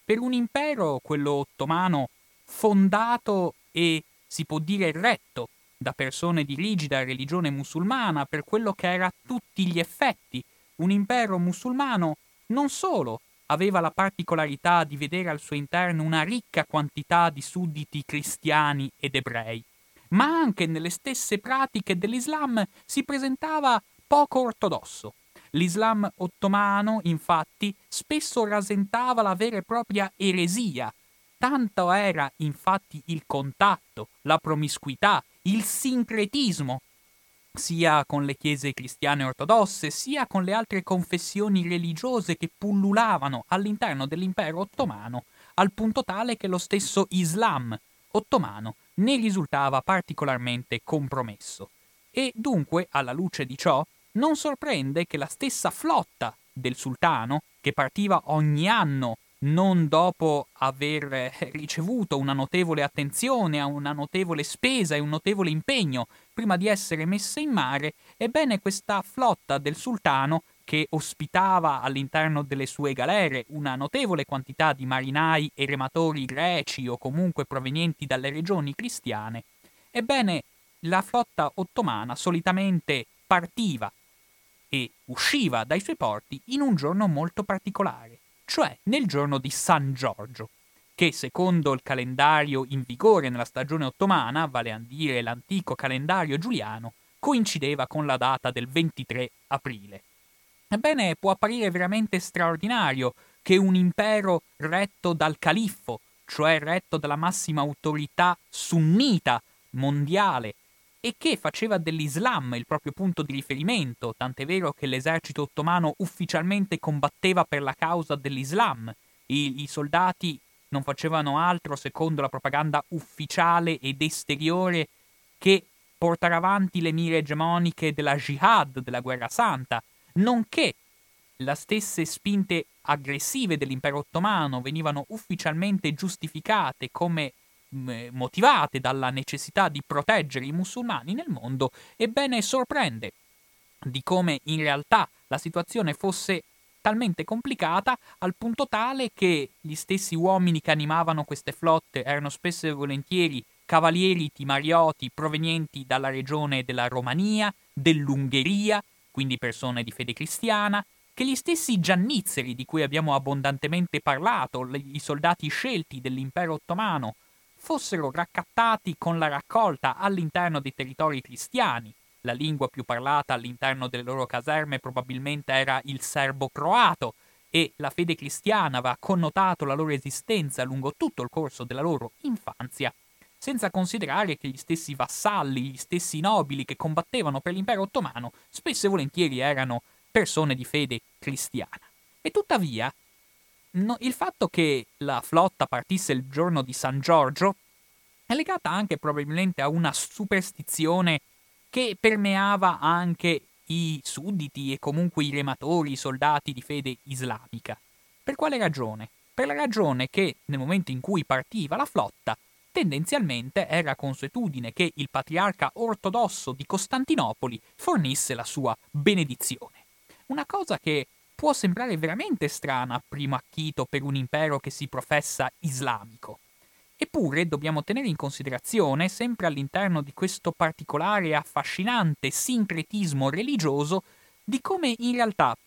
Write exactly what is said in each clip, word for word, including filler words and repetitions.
per un impero, quello ottomano, fondato e si può dire retto da persone di rigida religione musulmana, per quello che era a tutti gli effetti un impero musulmano, non solo aveva la particolarità di vedere al suo interno una ricca quantità di sudditi cristiani ed ebrei, ma anche nelle stesse pratiche dell'Islam si presentava poco ortodosso. L'Islam ottomano, infatti, spesso rasentava la vera e propria eresia. Tanto era, infatti, il contatto, la promiscuità, il sincretismo, sia con le chiese cristiane ortodosse, sia con le altre confessioni religiose che pullulavano all'interno dell'impero ottomano, al punto tale che lo stesso Islam ottomano ne risultava particolarmente compromesso. E dunque, alla luce di ciò, non sorprende che la stessa flotta del sultano, che partiva ogni anno non dopo aver ricevuto una notevole attenzione, una notevole spesa e un notevole impegno prima di essere messa in mare, ebbene questa flotta del sultano, che ospitava all'interno delle sue galere una notevole quantità di marinai e rematori greci o comunque provenienti dalle regioni cristiane, ebbene la flotta ottomana solitamente partiva e usciva dai suoi porti in un giorno molto particolare, cioè nel giorno di San Giorgio, che secondo il calendario in vigore nella stagione ottomana, vale a dire l'antico calendario giuliano, coincideva con la data del ventitré aprile. Ebbene, può apparire veramente straordinario che un impero retto dal califfo, cioè retto dalla massima autorità sunnita mondiale, e che faceva dell'Islam il proprio punto di riferimento, tant'è vero che l'esercito ottomano ufficialmente combatteva per la causa dell'Islam. I, i soldati non facevano altro, secondo la propaganda ufficiale ed esteriore, che portare avanti le mire egemoniche della jihad, della guerra santa, nonché le stesse spinte aggressive dell'impero ottomano venivano ufficialmente giustificate come motivate dalla necessità di proteggere i musulmani nel mondo, ebbene sorprende di come in realtà la situazione fosse talmente complicata al punto tale che gli stessi uomini che animavano queste flotte erano spesso e volentieri cavalieri timarioti provenienti dalla regione della Romania, dell'Ungheria, quindi persone di fede cristiana, che gli stessi giannizzeri di cui abbiamo abbondantemente parlato, i soldati scelti dell'impero ottomano, fossero raccattati con la raccolta all'interno dei territori cristiani. La lingua più parlata all'interno delle loro caserme probabilmente era il serbo-croato e la fede cristiana aveva connotato la loro esistenza lungo tutto il corso della loro infanzia, senza considerare che gli stessi vassalli, gli stessi nobili che combattevano per l'impero ottomano spesso e volentieri erano persone di fede cristiana. E tuttavia, No, il fatto che la flotta partisse il giorno di San Giorgio è legata anche probabilmente a una superstizione che permeava anche i sudditi e comunque i rematori, i soldati di fede islamica. Per quale ragione? Per la ragione che nel momento in cui partiva la flotta, tendenzialmente era consuetudine che il patriarca ortodosso di Costantinopoli fornisse la sua benedizione. Una cosa che può sembrare veramente strana a primo acchito per un impero che si professa islamico. Eppure dobbiamo tenere in considerazione, sempre all'interno di questo particolare e affascinante sincretismo religioso, di come in realtà,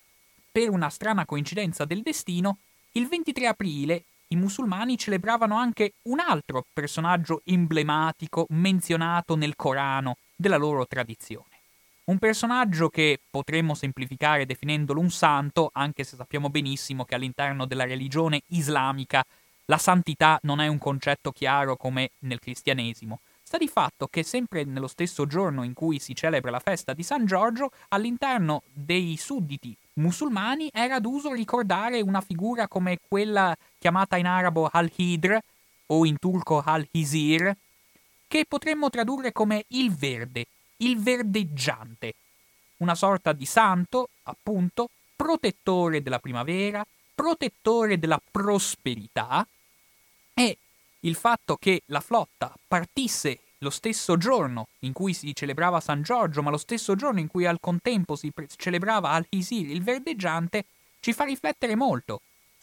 per una strana coincidenza del destino, il ventitré aprile i musulmani celebravano anche un altro personaggio emblematico menzionato nel Corano della loro tradizione. Un personaggio che potremmo semplificare definendolo un santo, anche se sappiamo benissimo che all'interno della religione islamica la santità non è un concetto chiaro come nel cristianesimo. Sta di fatto che sempre nello stesso giorno in cui si celebra la festa di San Giorgio, all'interno dei sudditi musulmani era d'uso ricordare una figura come quella chiamata in arabo Al-Hidr o in turco Al-Hizir, che potremmo tradurre come il verde, il verdeggiante, una sorta di santo, appunto, protettore della primavera, protettore della prosperità, e il fatto che la flotta partisse lo stesso giorno in cui si celebrava San Giorgio, ma lo stesso giorno in cui al contempo si pre- celebrava Al-Hizir, il verdeggiante, ci fa riflettere molto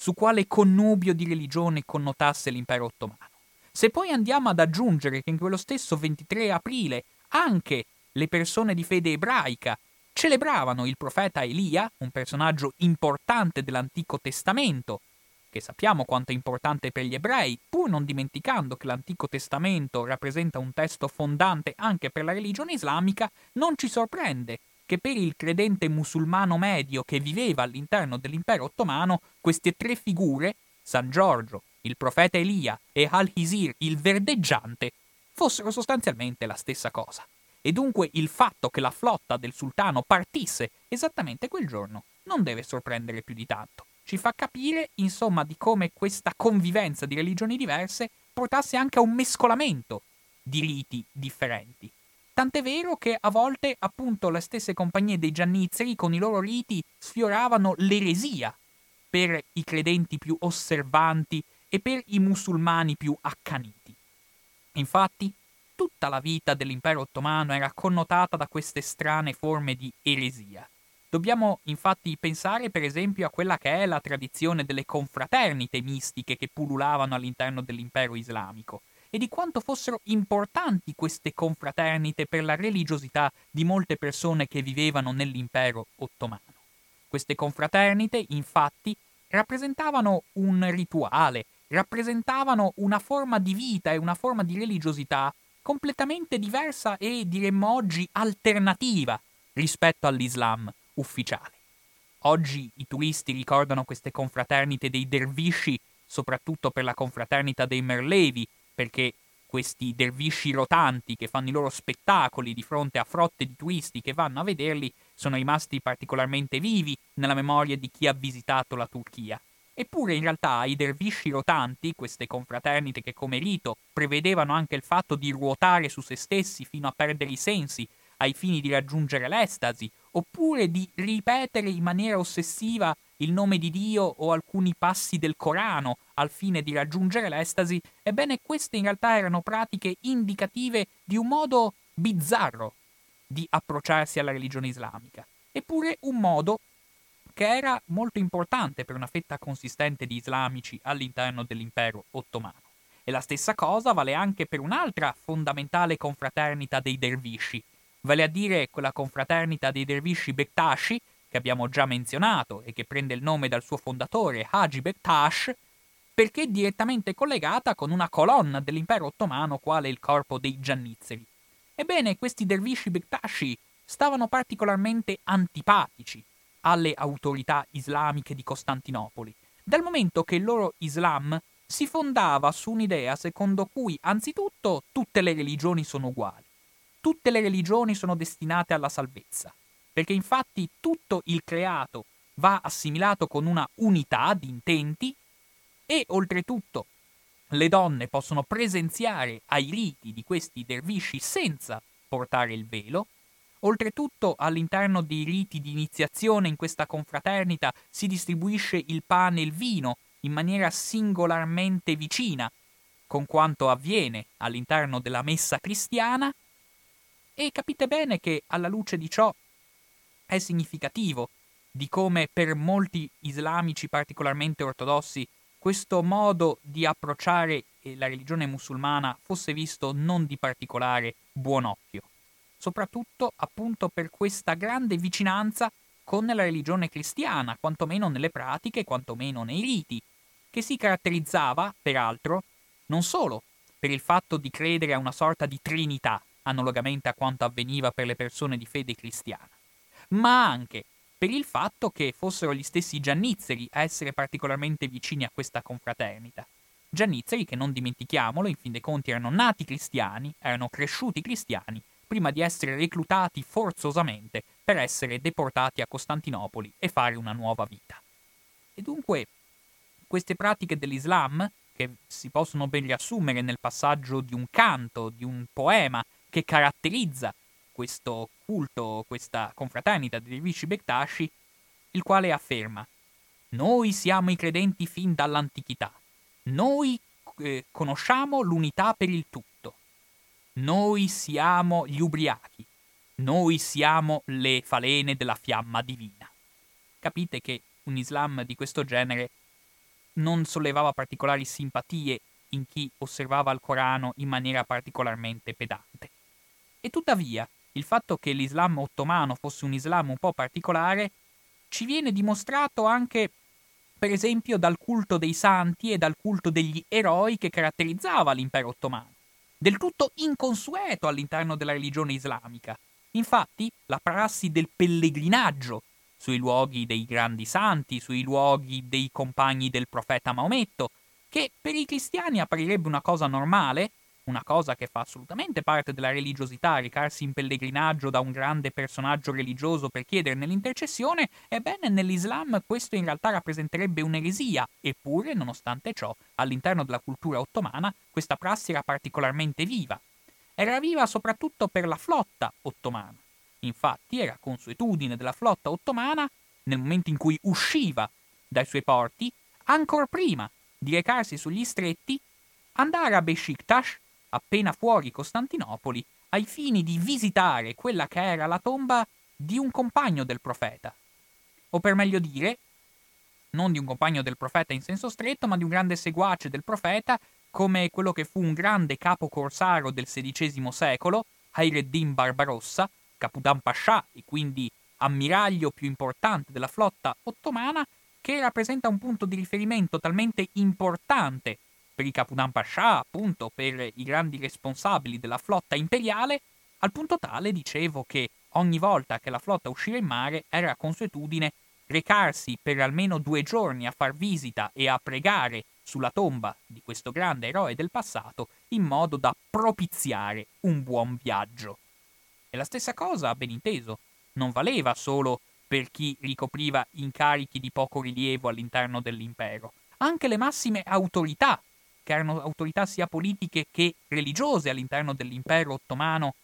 su quale connubio di religione connotasse l'impero ottomano. Se poi andiamo ad aggiungere che in quello stesso ventitré aprile anche le persone di fede ebraica celebravano il profeta Elia, un personaggio importante dell'Antico Testamento, che sappiamo quanto è importante per gli ebrei, pur non dimenticando che l'Antico Testamento rappresenta un testo fondante anche per la religione islamica, non ci sorprende che per il credente musulmano medio che viveva all'interno dell'impero ottomano, queste tre figure, San Giorgio, il profeta Elia e Al-Hisir, il verdeggiante, fossero sostanzialmente la stessa cosa. E dunque il fatto che la flotta del sultano partisse esattamente quel giorno non deve sorprendere più di tanto. Ci fa capire, insomma, di come questa convivenza di religioni diverse portasse anche a un mescolamento di riti differenti. Tant'è vero che a volte, appunto, le stesse compagnie dei giannizzeri con i loro riti sfioravano l'eresia per i credenti più osservanti e per i musulmani più accaniti. Infatti, tutta la vita dell'impero ottomano era connotata da queste strane forme di eresia. Dobbiamo infatti pensare per esempio a quella che è la tradizione delle confraternite mistiche che pullulavano all'interno dell'impero islamico e di quanto fossero importanti queste confraternite per la religiosità di molte persone che vivevano nell'impero ottomano. Queste confraternite, infatti, rappresentavano un rituale, rappresentavano una forma di vita e una forma di religiosità completamente diversa e, diremmo oggi, alternativa rispetto all'Islam ufficiale. Oggi i turisti ricordano queste confraternite dei dervisci, soprattutto per la confraternita dei Merlevi, perché questi dervisci rotanti che fanno i loro spettacoli di fronte a frotte di turisti che vanno a vederli sono rimasti particolarmente vivi nella memoria di chi ha visitato la Turchia. Eppure in realtà i dervisci rotanti, queste confraternite che come rito prevedevano anche il fatto di ruotare su se stessi fino a perdere i sensi ai fini di raggiungere l'estasi, oppure di ripetere in maniera ossessiva il nome di Dio o alcuni passi del Corano al fine di raggiungere l'estasi, ebbene queste in realtà erano pratiche indicative di un modo bizzarro di approcciarsi alla religione islamica, eppure un modo che era molto importante per una fetta consistente di islamici all'interno dell'impero ottomano. E la stessa cosa vale anche per un'altra fondamentale confraternita dei dervisci, vale a dire quella confraternita dei dervisci Bektashi, che abbiamo già menzionato e che prende il nome dal suo fondatore Hagi Bektash, perché è direttamente collegata con una colonna dell'impero ottomano quale il corpo dei giannizzeri. Ebbene, questi dervisci Bektashi stavano particolarmente antipatici alle autorità islamiche di Costantinopoli, dal momento che il loro Islam si fondava su un'idea secondo cui, anzitutto, tutte le religioni sono uguali. Tutte le religioni sono destinate alla salvezza, perché infatti tutto il creato va assimilato con una unità di intenti e, oltretutto, le donne possono presenziare ai riti di questi dervisci senza portare il velo. Oltretutto, all'interno dei riti di iniziazione in questa confraternita si distribuisce il pane e il vino in maniera singolarmente vicina con quanto avviene all'interno della messa cristiana, e capite bene che alla luce di ciò è significativo di come per molti islamici particolarmente ortodossi questo modo di approcciare la religione musulmana fosse visto non di particolare buon occhio, soprattutto appunto per questa grande vicinanza con la religione cristiana, quantomeno nelle pratiche, quantomeno nei riti, che si caratterizzava, peraltro, non solo per il fatto di credere a una sorta di trinità, analogamente a quanto avveniva per le persone di fede cristiana, ma anche per il fatto che fossero gli stessi giannizzeri a essere particolarmente vicini a questa confraternita. Giannizzeri che, non dimentichiamolo, in fin dei conti erano nati cristiani, erano cresciuti cristiani, prima di essere reclutati forzosamente per essere deportati a Costantinopoli e fare una nuova vita. E dunque queste pratiche dell'Islam, che si possono ben riassumere nel passaggio di un canto, di un poema che caratterizza questo culto, questa confraternita dei dervisci Bektashi, il quale afferma: noi siamo i credenti fin dall'antichità, noi eh, conosciamo l'unità per il tutto, noi siamo gli ubriachi, noi siamo le falene della fiamma divina. Capite che un Islam di questo genere non sollevava particolari simpatie in chi osservava il Corano in maniera particolarmente pedante. E tuttavia, il fatto che l'Islam ottomano fosse un Islam un po' particolare ci viene dimostrato anche, per esempio, dal culto dei santi e dal culto degli eroi che caratterizzava l'impero ottomano, del tutto inconsueto all'interno della religione islamica. Infatti, la prassi del pellegrinaggio sui luoghi dei grandi santi, sui luoghi dei compagni del profeta Maometto, che per i cristiani apparirebbe una cosa normale, una cosa che fa assolutamente parte della religiosità, recarsi in pellegrinaggio da un grande personaggio religioso per chiederne l'intercessione, ebbene nell'Islam questo in realtà rappresenterebbe un'eresia, eppure, nonostante ciò, all'interno della cultura ottomana questa prassi era particolarmente viva. Era viva soprattutto per la flotta ottomana. Infatti era consuetudine della flotta ottomana, nel momento in cui usciva dai suoi porti, ancor prima di recarsi sugli stretti, andare a Beşiktaş, appena fuori Costantinopoli, ai fini di visitare quella che era la tomba di un compagno del profeta. O per meglio dire, non di un compagno del profeta in senso stretto, ma di un grande seguace del profeta, come quello che fu un grande capo corsaro del sedicesimo secolo, Hayreddin Barbarossa, Capudan Pascià e quindi ammiraglio più importante della flotta ottomana, che rappresenta un punto di riferimento talmente importante per i Capudan Pascià, appunto per i grandi responsabili della flotta imperiale, al punto tale, dicevo, che ogni volta che la flotta usciva in mare era consuetudine recarsi per almeno due giorni a far visita e a pregare sulla tomba di questo grande eroe del passato in modo da propiziare un buon viaggio. E la stessa cosa, ben inteso, non valeva solo per chi ricopriva incarichi di poco rilievo all'interno dell'impero. Anche le massime autorità, che erano autorità sia politiche che religiose all'interno dell'impero ottomano,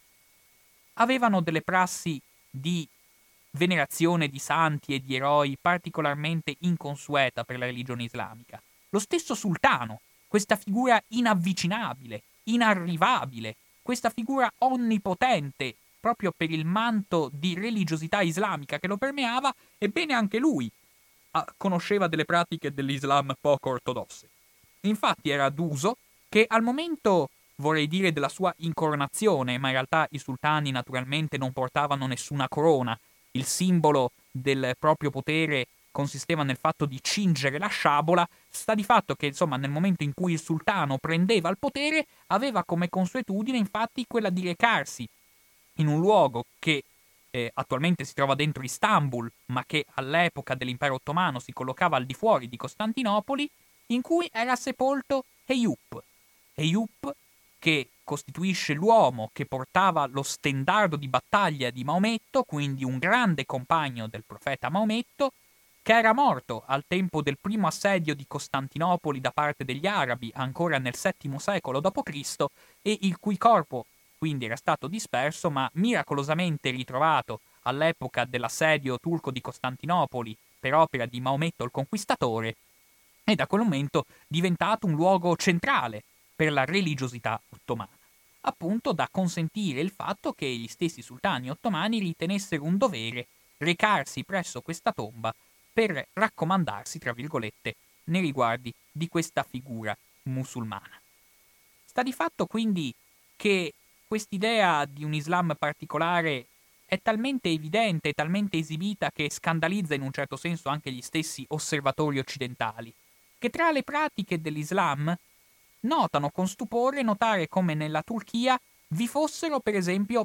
avevano delle prassi di venerazione di santi e di eroi particolarmente inconsueta per la religione islamica. Lo stesso sultano, questa figura inavvicinabile, inarrivabile, questa figura onnipotente, proprio per il manto di religiosità islamica che lo permeava, ebbene anche lui ah, conosceva delle pratiche dell'Islam poco ortodosse. Infatti era d'uso che al momento, vorrei dire, della sua incoronazione, ma in realtà i sultani naturalmente non portavano nessuna corona, il simbolo del proprio potere consisteva nel fatto di cingere la sciabola, sta di fatto che insomma nel momento in cui il sultano prendeva il potere aveva come consuetudine infatti quella di recarsi in un luogo che eh, attualmente si trova dentro Istanbul, ma che all'epoca dell'impero ottomano si collocava al di fuori di Costantinopoli, in cui era sepolto Eyüp. Eyüp, che costituisce l'uomo che portava lo stendardo di battaglia di Maometto, quindi un grande compagno del profeta Maometto, che era morto al tempo del primo assedio di Costantinopoli da parte degli arabi ancora nel settimo secolo dopo Cristo e il cui corpo quindi era stato disperso ma miracolosamente ritrovato all'epoca dell'assedio turco di Costantinopoli per opera di Maometto il Conquistatore e da quel momento diventato un luogo centrale per la religiosità ottomana, appunto da consentire il fatto che gli stessi sultani ottomani ritenessero un dovere recarsi presso questa tomba per raccomandarsi, tra virgolette, nei riguardi di questa figura musulmana. Sta di fatto quindi che quest'idea di un Islam particolare è talmente evidente e talmente esibita che scandalizza in un certo senso anche gli stessi osservatori occidentali, che tra le pratiche dell'Islam notano con stupore notare come nella Turchia vi fossero, per esempio,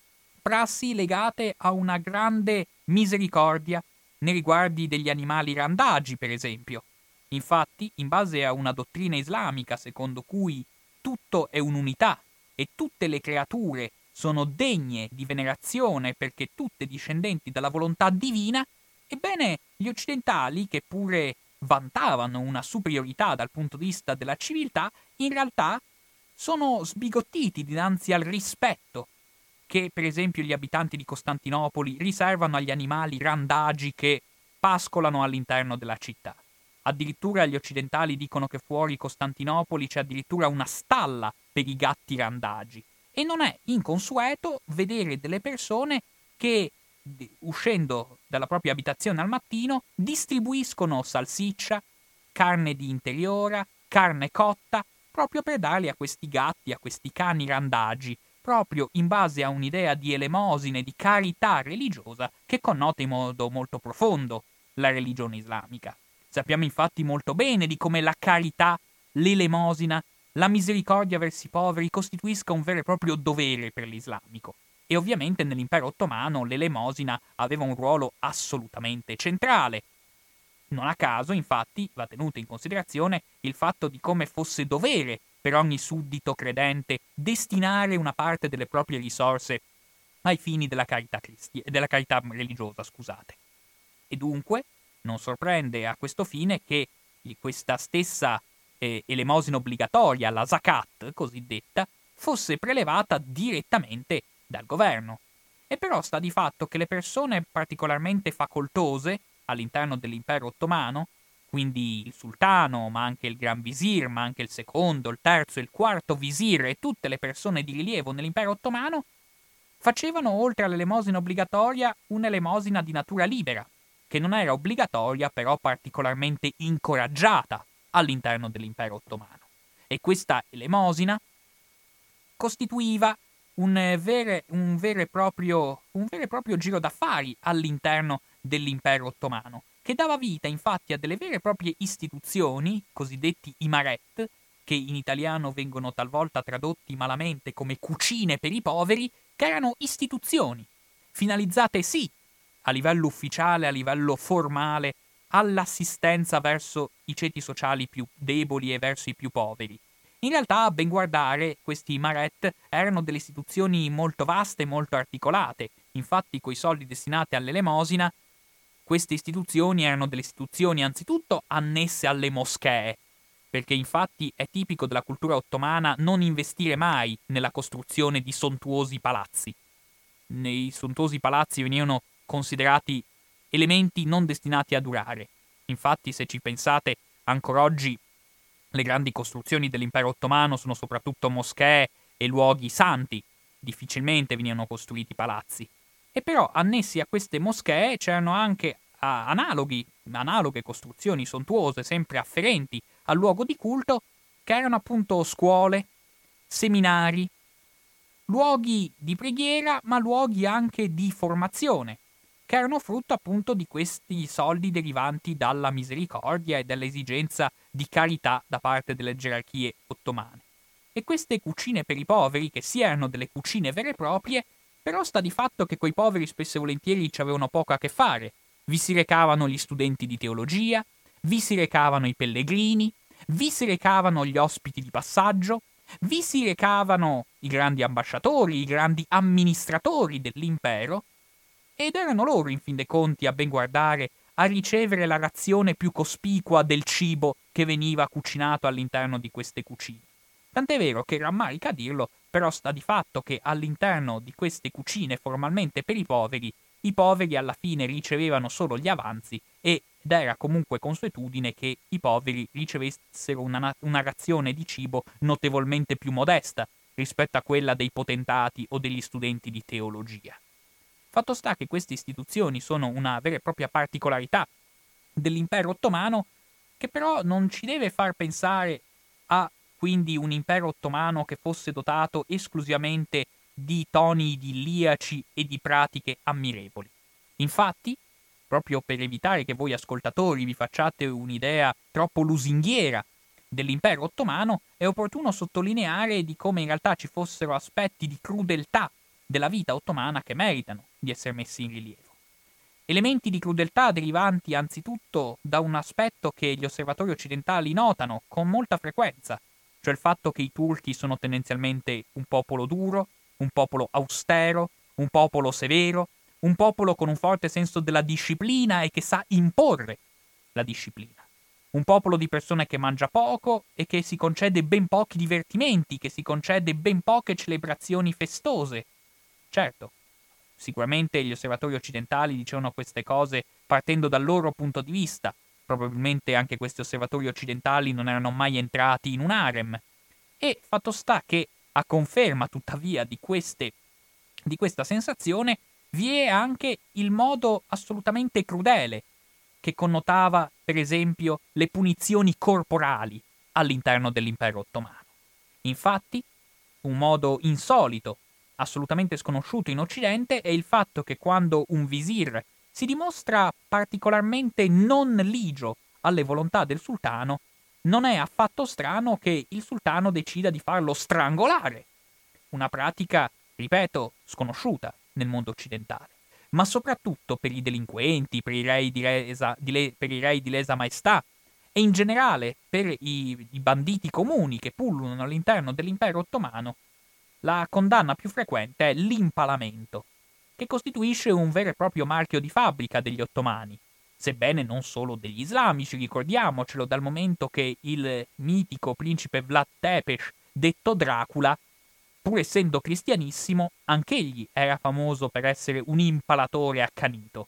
prassi legate a una grande misericordia nei riguardi degli animali randagi, per esempio. Infatti, in base a una dottrina islamica secondo cui tutto è un'unità e tutte le creature sono degne di venerazione perché tutte discendenti dalla volontà divina, ebbene gli occidentali, che pure vantavano una superiorità dal punto di vista della civiltà, in realtà sono sbigottiti dinanzi al rispetto che per esempio gli abitanti di Costantinopoli riservano agli animali randagi che pascolano all'interno della città. Addirittura gli occidentali dicono che fuori Costantinopoli c'è addirittura una stalla per i gatti randagi. E non è inconsueto vedere delle persone che, uscendo dalla propria abitazione al mattino, distribuiscono salsiccia, carne di interiora, carne cotta, proprio per darli a questi gatti, a questi cani randagi, proprio in base a un'idea di elemosine, di carità religiosa che connota in modo molto profondo la religione islamica. Sappiamo infatti molto bene di come la carità, l'elemosina, la misericordia verso i poveri costituisca un vero e proprio dovere per l'islamico. E ovviamente nell'impero ottomano l'elemosina aveva un ruolo assolutamente centrale. Non a caso, infatti, va tenuto in considerazione il fatto di come fosse dovere per ogni suddito credente destinare una parte delle proprie risorse ai fini della carità, cristi- della carità religiosa, scusate. E dunque non sorprende a questo fine che questa stessa eh, elemosina obbligatoria, la zakat cosiddetta, fosse prelevata direttamente dal governo. E però sta di fatto che le persone particolarmente facoltose all'interno dell'impero ottomano, quindi il sultano, ma anche il gran visir, ma anche il secondo, il terzo e il quarto visir e tutte le persone di rilievo nell'impero ottomano, facevano oltre all'elemosina obbligatoria un'elemosina di natura libera, che non era obbligatoria però particolarmente incoraggiata all'interno dell'impero ottomano. E questa elemosina costituiva un vero, un vero e proprio, un vero e proprio giro d'affari all'interno dell'impero ottomano, che dava vita infatti a delle vere e proprie istituzioni, cosiddetti imaret, che in italiano vengono talvolta tradotti malamente come cucine per i poveri, che erano istituzioni, finalizzate sì, a livello ufficiale, a livello formale, all'assistenza verso i ceti sociali più deboli e verso i più poveri. In realtà, a ben guardare, questi imaret erano delle istituzioni molto vaste e molto articolate. Infatti, coi soldi destinati all'elemosina, queste istituzioni erano delle istituzioni anzitutto annesse alle moschee, perché infatti è tipico della cultura ottomana non investire mai nella costruzione di sontuosi palazzi. Nei sontuosi palazzi venivano considerati elementi non destinati a durare. Infatti, se ci pensate, ancora oggi le grandi costruzioni dell'impero ottomano sono soprattutto moschee e luoghi santi. Difficilmente venivano costruiti palazzi. E però annessi a queste moschee c'erano anche ah, analoghi, analoghe costruzioni sontuose, sempre afferenti al luogo di culto, che erano appunto scuole, seminari, luoghi di preghiera, ma luoghi anche di formazione, che erano frutto appunto di questi soldi derivanti dalla misericordia e dall'esigenza di carità da parte delle gerarchie ottomane. E queste cucine per i poveri, che sì erano delle cucine vere e proprie, però sta di fatto che coi poveri spesso e volentieri ci avevano poco a che fare. Vi si recavano gli studenti di teologia, vi si recavano i pellegrini, vi si recavano gli ospiti di passaggio, vi si recavano i grandi ambasciatori, i grandi amministratori dell'impero, ed erano loro, in fin dei conti, a ben guardare, a ricevere la razione più cospicua del cibo che veniva cucinato all'interno di queste cucine. Tant'è vero che, rammarica a dirlo, però sta di fatto che all'interno di queste cucine formalmente per i poveri, i poveri alla fine ricevevano solo gli avanzi ed era comunque consuetudine che i poveri ricevessero una, una razione di cibo notevolmente più modesta rispetto a quella dei potentati o degli studenti di teologia. Fatto sta che queste istituzioni sono una vera e propria particolarità dell'impero ottomano, che però non ci deve far pensare a quindi un impero ottomano che fosse dotato esclusivamente di toni idilliaci e di pratiche ammirevoli. Infatti, proprio per evitare che voi ascoltatori vi facciate un'idea troppo lusinghiera dell'impero ottomano, è opportuno sottolineare di come in realtà ci fossero aspetti di crudeltà della vita ottomana che meritano di essere messi in rilievo. Elementi di crudeltà derivanti anzitutto da un aspetto che gli osservatori occidentali notano con molta frequenza, cioè il fatto che i turchi sono tendenzialmente un popolo duro, un popolo austero, un popolo severo, un popolo con un forte senso della disciplina e che sa imporre la disciplina. Un popolo di persone che mangia poco e che si concede ben pochi divertimenti, che si concede ben poche celebrazioni festose. Certo, sicuramente gli osservatori occidentali dicevano queste cose partendo dal loro punto di vista. Probabilmente anche questi osservatori occidentali non erano mai entrati in un harem. E fatto sta che, a conferma tuttavia di, queste, di questa sensazione, vi è anche il modo assolutamente crudele che connotava, per esempio, le punizioni corporali all'interno dell'impero ottomano. Infatti, un modo insolito, assolutamente sconosciuto in Occidente, è il fatto che quando un visir si dimostra particolarmente non ligio alle volontà del sultano, non è affatto strano che il sultano decida di farlo strangolare. Una pratica, ripeto, sconosciuta nel mondo occidentale, ma soprattutto per i delinquenti, per i rei di lesa, di le, per i rei di lesa maestà e in generale per i, i banditi comuni che pullulano all'interno dell'impero ottomano, la condanna più frequente è l'impalamento, che costituisce un vero e proprio marchio di fabbrica degli ottomani, sebbene non solo degli islamici, ricordiamocelo, dal momento che il mitico principe Vlad Tepes, detto Dracula, pur essendo cristianissimo, anch'egli era famoso per essere un impalatore accanito.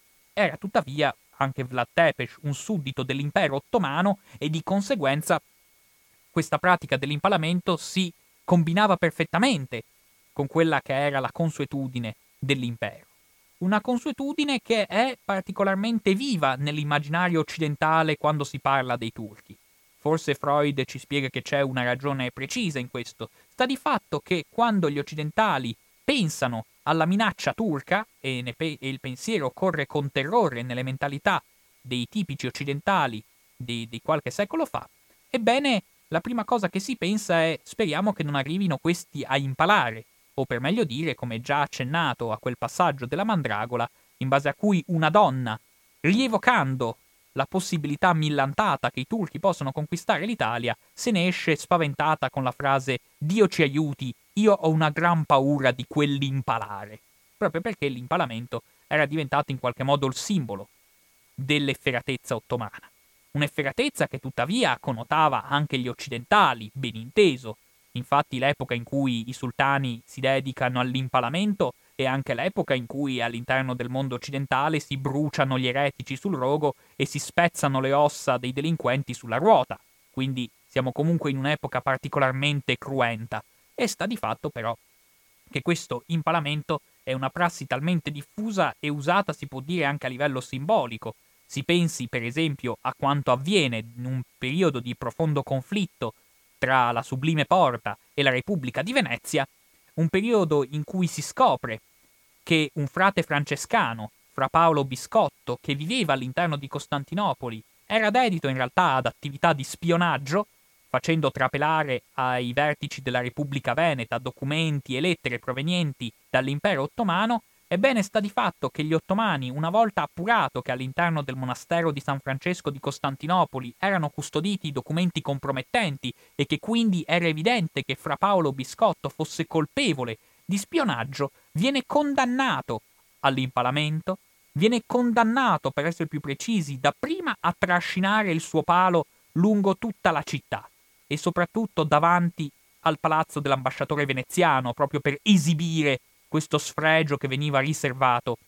Era tuttavia anche Vlad Tepes un suddito dell'impero ottomano e di conseguenza questa pratica dell'impalamento si combinava perfettamente con quella che era la consuetudine dell'impero. Una consuetudine che è particolarmente viva nell'immaginario occidentale quando si parla dei turchi. Forse Freud ci spiega che c'è una ragione precisa in questo. Sta di fatto che quando gli occidentali pensano alla minaccia turca, e, ne pe- e il pensiero corre con terrore nelle mentalità dei tipici occidentali di, di qualche secolo fa, ebbene, la prima cosa che si pensa è speriamo che non arrivino questi a impalare, o per meglio dire, come già accennato a quel passaggio della Mandragola, in base a cui una donna, rievocando la possibilità millantata che i turchi possono conquistare l'Italia, se ne esce spaventata con la frase «Dio ci aiuti, io ho una gran paura di quell'impalare», proprio perché l'impalamento era diventato in qualche modo il simbolo dell'efferatezza ottomana. Un'efferatezza che tuttavia connotava anche gli occidentali, ben inteso. Infatti l'epoca in cui i sultani si dedicano all'impalamento è anche l'epoca in cui all'interno del mondo occidentale si bruciano gli eretici sul rogo e si spezzano le ossa dei delinquenti sulla ruota. Quindi siamo comunque in un'epoca particolarmente cruenta. E sta di fatto però che questo impalamento è una prassi talmente diffusa e usata, si può dire, anche a livello simbolico. Si pensi, per esempio, a quanto avviene in un periodo di profondo conflitto tra la Sublime Porta e la Repubblica di Venezia, un periodo in cui si scopre che un frate francescano, Fra Paolo Biscotto, che viveva all'interno di Costantinopoli, era dedito in realtà ad attività di spionaggio, facendo trapelare ai vertici della Repubblica Veneta documenti e lettere provenienti dall'impero ottomano. Ebbene, sta di fatto che gli ottomani, una volta appurato che all'interno del monastero di San Francesco di Costantinopoli erano custoditi documenti compromettenti e che quindi era evidente che Fra Paolo Biscotto fosse colpevole di spionaggio, viene condannato all'impalamento, viene condannato, per essere più precisi, dapprima a trascinare il suo palo lungo tutta la città e soprattutto davanti al palazzo dell'ambasciatore veneziano, proprio per esibire questo sfregio che veniva riservato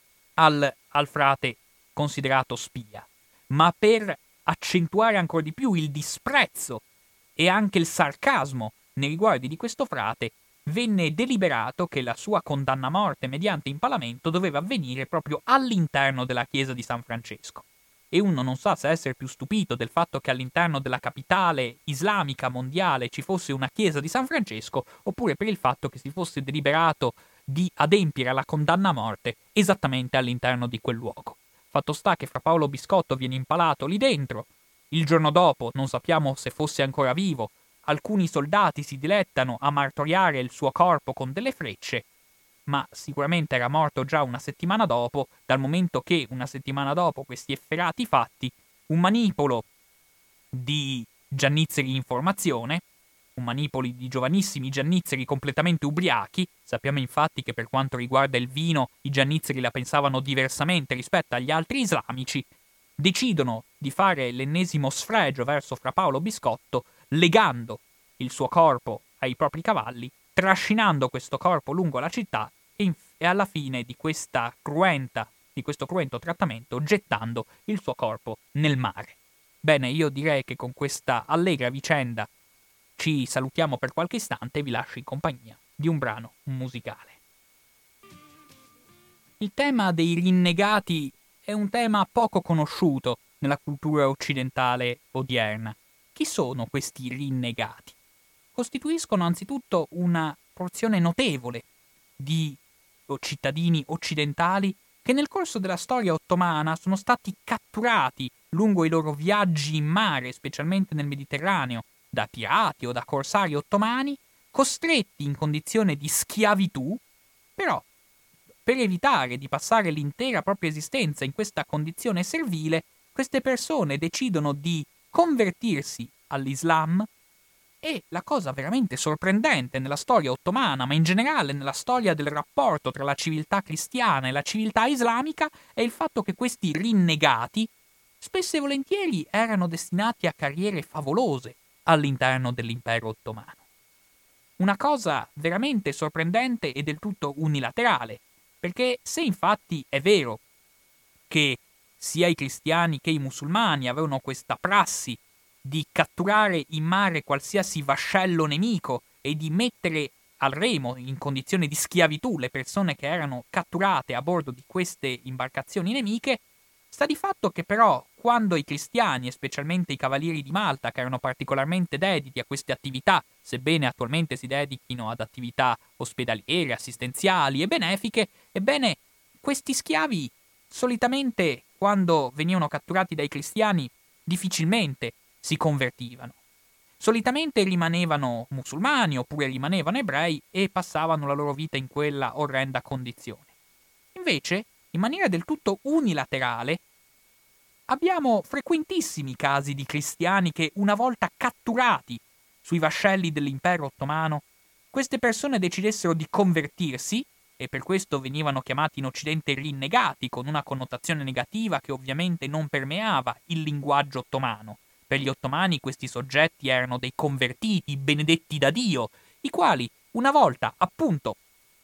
al, al frate considerato spia, ma per accentuare ancora di più il disprezzo e anche il sarcasmo nei riguardi di questo frate, venne deliberato che la sua condanna a morte mediante impalamento doveva avvenire proprio all'interno della chiesa di San Francesco. E uno non sa se essere più stupito del fatto che all'interno della capitale islamica mondiale ci fosse una chiesa di San Francesco, oppure per il fatto che si fosse deliberato di adempiere alla condanna a morte esattamente all'interno di quel luogo. Fatto sta che Fra Paolo Biscotto viene impalato lì dentro, il giorno dopo non sappiamo se fosse ancora vivo, alcuni soldati si dilettano a martoriare il suo corpo con delle frecce, ma sicuramente era morto già una settimana dopo, dal momento che una settimana dopo questi efferati fatti, un manipolo di giannizzeri in formazione, un manipolo di giovanissimi giannizzeri completamente ubriachi, sappiamo infatti che per quanto riguarda il vino i giannizzeri la pensavano diversamente rispetto agli altri islamici, decidono di fare l'ennesimo sfregio verso Fra Paolo Biscotto, legando il suo corpo ai propri cavalli, trascinando questo corpo lungo la città e, inf- e alla fine di questa cruenta, di questo cruento trattamento, gettando il suo corpo nel mare. Bene, io direi che con questa allegra vicenda ci salutiamo per qualche istante e vi lascio in compagnia di un brano musicale. Il tema dei rinnegati è un tema poco conosciuto nella cultura occidentale odierna. Chi sono questi rinnegati? Costituiscono anzitutto una porzione notevole di cittadini occidentali che nel corso della storia ottomana sono stati catturati lungo i loro viaggi in mare, specialmente nel Mediterraneo, da pirati o da corsari ottomani, costretti in condizione di schiavitù, però per evitare di passare l'intera propria esistenza in questa condizione servile, queste persone decidono di convertirsi all'Islam. E la cosa veramente sorprendente nella storia ottomana, ma in generale nella storia del rapporto tra la civiltà cristiana e la civiltà islamica, è il fatto che questi rinnegati spesso e volentieri erano destinati a carriere favolose all'interno dell'impero ottomano. Una cosa veramente sorprendente e del tutto unilaterale, perché se infatti è vero che sia i cristiani che i musulmani avevano questa prassi di catturare in mare qualsiasi vascello nemico e di mettere al remo in condizione di schiavitù le persone che erano catturate a bordo di queste imbarcazioni nemiche, sta di fatto che però quando i cristiani, e specialmente i cavalieri di Malta, che erano particolarmente dediti a queste attività, sebbene attualmente si dedichino ad attività ospedaliere, assistenziali e benefiche, ebbene questi schiavi solitamente quando venivano catturati dai cristiani difficilmente si convertivano. Solitamente rimanevano musulmani oppure rimanevano ebrei e passavano la loro vita in quella orrenda condizione. Invece, in maniera del tutto unilaterale, abbiamo frequentissimi casi di cristiani che, una volta catturati sui vascelli dell'impero ottomano, queste persone decidessero di convertirsi, e per questo venivano chiamati in Occidente rinnegati, con una connotazione negativa che ovviamente non permeava il linguaggio ottomano. Per gli ottomani questi soggetti erano dei convertiti, benedetti da Dio, i quali, una volta appunto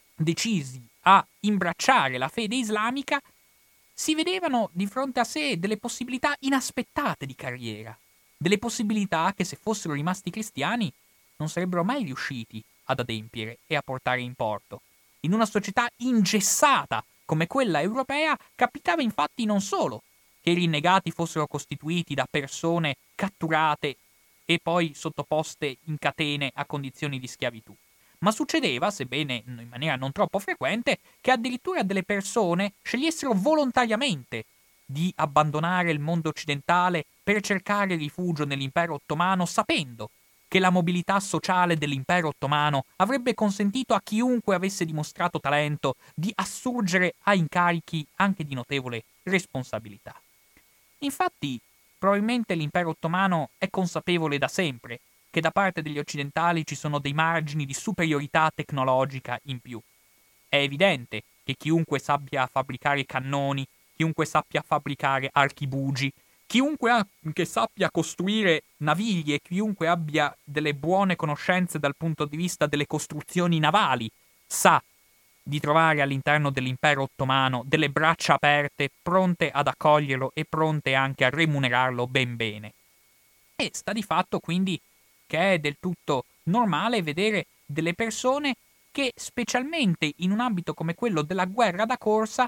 decisi a imbracciare la fede islamica, si vedevano di fronte a sé delle possibilità inaspettate di carriera, delle possibilità che se fossero rimasti cristiani non sarebbero mai riusciti ad adempiere e a portare in porto. In una società ingessata come quella europea capitava infatti non solo che i rinnegati fossero costituiti da persone catturate e poi sottoposte in catene a condizioni di schiavitù, ma succedeva, sebbene in maniera non troppo frequente, che addirittura delle persone scegliessero volontariamente di abbandonare il mondo occidentale per cercare rifugio nell'impero ottomano, sapendo che la mobilità sociale dell'impero ottomano avrebbe consentito a chiunque avesse dimostrato talento di assurgere a incarichi anche di notevole responsabilità. Infatti, probabilmente l'impero ottomano è consapevole da sempre che da parte degli occidentali ci sono dei margini di superiorità tecnologica in più. È evidente che chiunque sappia fabbricare cannoni, chiunque sappia fabbricare archibugi, chiunque anche sappia costruire navigli e chiunque abbia delle buone conoscenze dal punto di vista delle costruzioni navali, sa di trovare all'interno dell'impero ottomano delle braccia aperte, pronte ad accoglierlo e pronte anche a remunerarlo ben bene. E sta di fatto quindi che è del tutto normale vedere delle persone che, specialmente in un ambito come quello della guerra da corsa,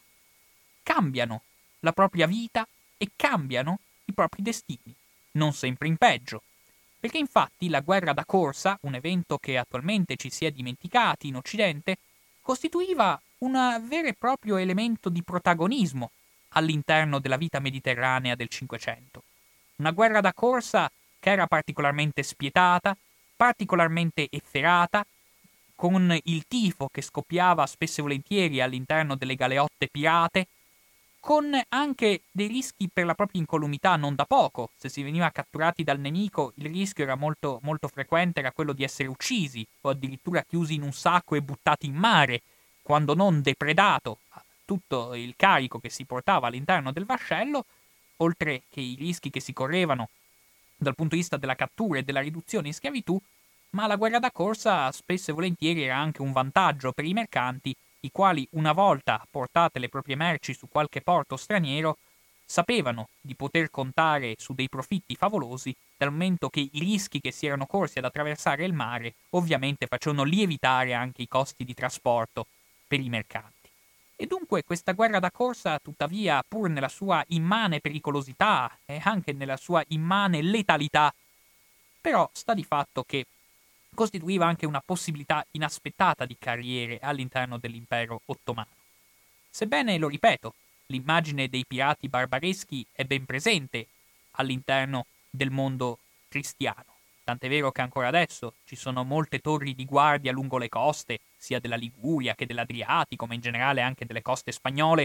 cambiano la propria vita e cambiano i propri destini, non sempre in peggio. Perché infatti la guerra da corsa, un evento che attualmente ci si è dimenticati in Occidente, costituiva un vero e proprio elemento di protagonismo all'interno della vita mediterranea del Cinquecento. Una guerra da corsa che era particolarmente spietata, particolarmente efferata, con il tifo che scoppiava spesso e volentieri all'interno delle galeotte pirate, con anche dei rischi per la propria incolumità non da poco. Se si veniva catturati dal nemico, il rischio era molto, molto frequente, era quello di essere uccisi o addirittura chiusi in un sacco e buttati in mare, quando non depredato tutto il carico che si portava all'interno del vascello, oltre che i rischi che si correvano dal punto di vista della cattura e della riduzione in schiavitù. Ma la guerra da corsa spesso e volentieri era anche un vantaggio per i mercanti, i quali, una volta portate le proprie merci su qualche porto straniero, sapevano di poter contare su dei profitti favolosi, dal momento che i rischi che si erano corsi ad attraversare il mare ovviamente facevano lievitare anche i costi di trasporto per i mercanti. E dunque questa guerra da corsa, tuttavia, pur nella sua immane pericolosità e anche nella sua immane letalità, però sta di fatto che costituiva anche una possibilità inaspettata di carriere all'interno dell'impero ottomano. Sebbene, lo ripeto, l'immagine dei pirati barbareschi è ben presente all'interno del mondo cristiano, tant'è vero che ancora adesso ci sono molte torri di guardia lungo le coste, sia della Liguria che dell'Adriatico, ma in generale anche delle coste spagnole,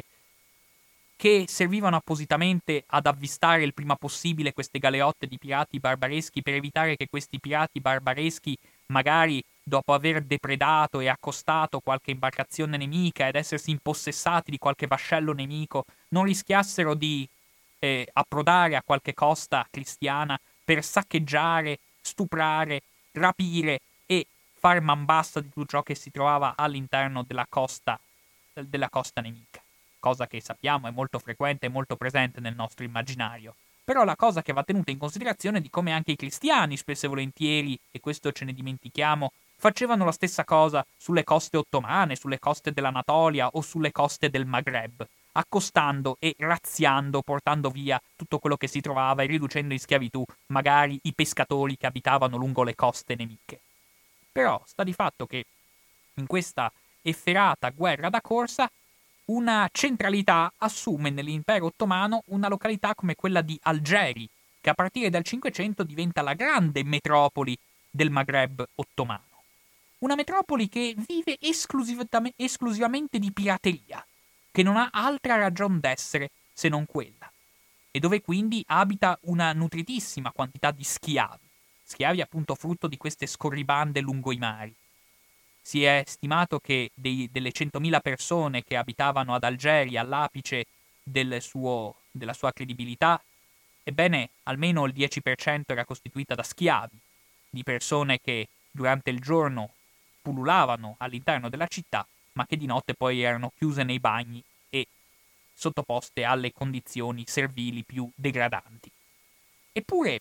che servivano appositamente ad avvistare il prima possibile queste galeotte di pirati barbareschi per evitare che questi pirati barbareschi, magari dopo aver depredato e accostato qualche imbarcazione nemica ed essersi impossessati di qualche vascello nemico, non rischiassero di eh, approdare a qualche costa cristiana per saccheggiare, stuprare, rapire e far man bassa di tutto ciò che si trovava all'interno della costa, della costa nemica. Cosa che sappiamo è molto frequente e molto presente nel nostro immaginario. Però la cosa che va tenuta in considerazione è di come anche i cristiani, spesso e volentieri, e questo ce ne dimentichiamo, facevano la stessa cosa sulle coste ottomane, sulle coste dell'Anatolia o sulle coste del Maghreb, accostando e razziando, portando via tutto quello che si trovava e riducendo in schiavitù magari i pescatori che abitavano lungo le coste nemiche. Però sta di fatto che in questa efferata guerra da corsa una centralità assume nell'impero ottomano una località come quella di Algeri, che a partire dal Cinquecento diventa la grande metropoli del Maghreb ottomano. Una metropoli che vive esclusivamente di pirateria, che non ha altra ragion d'essere se non quella, e dove quindi abita una nutritissima quantità di schiavi, schiavi appunto frutto di queste scorribande lungo i mari. Si è stimato che dei, delle centomila persone che abitavano ad Algeri all'apice del suo, della sua credibilità, ebbene almeno il dieci per cento era costituita da schiavi, di persone che durante il giorno pullulavano all'interno della città, ma che di notte poi erano chiuse nei bagni e sottoposte alle condizioni servili più degradanti. Eppure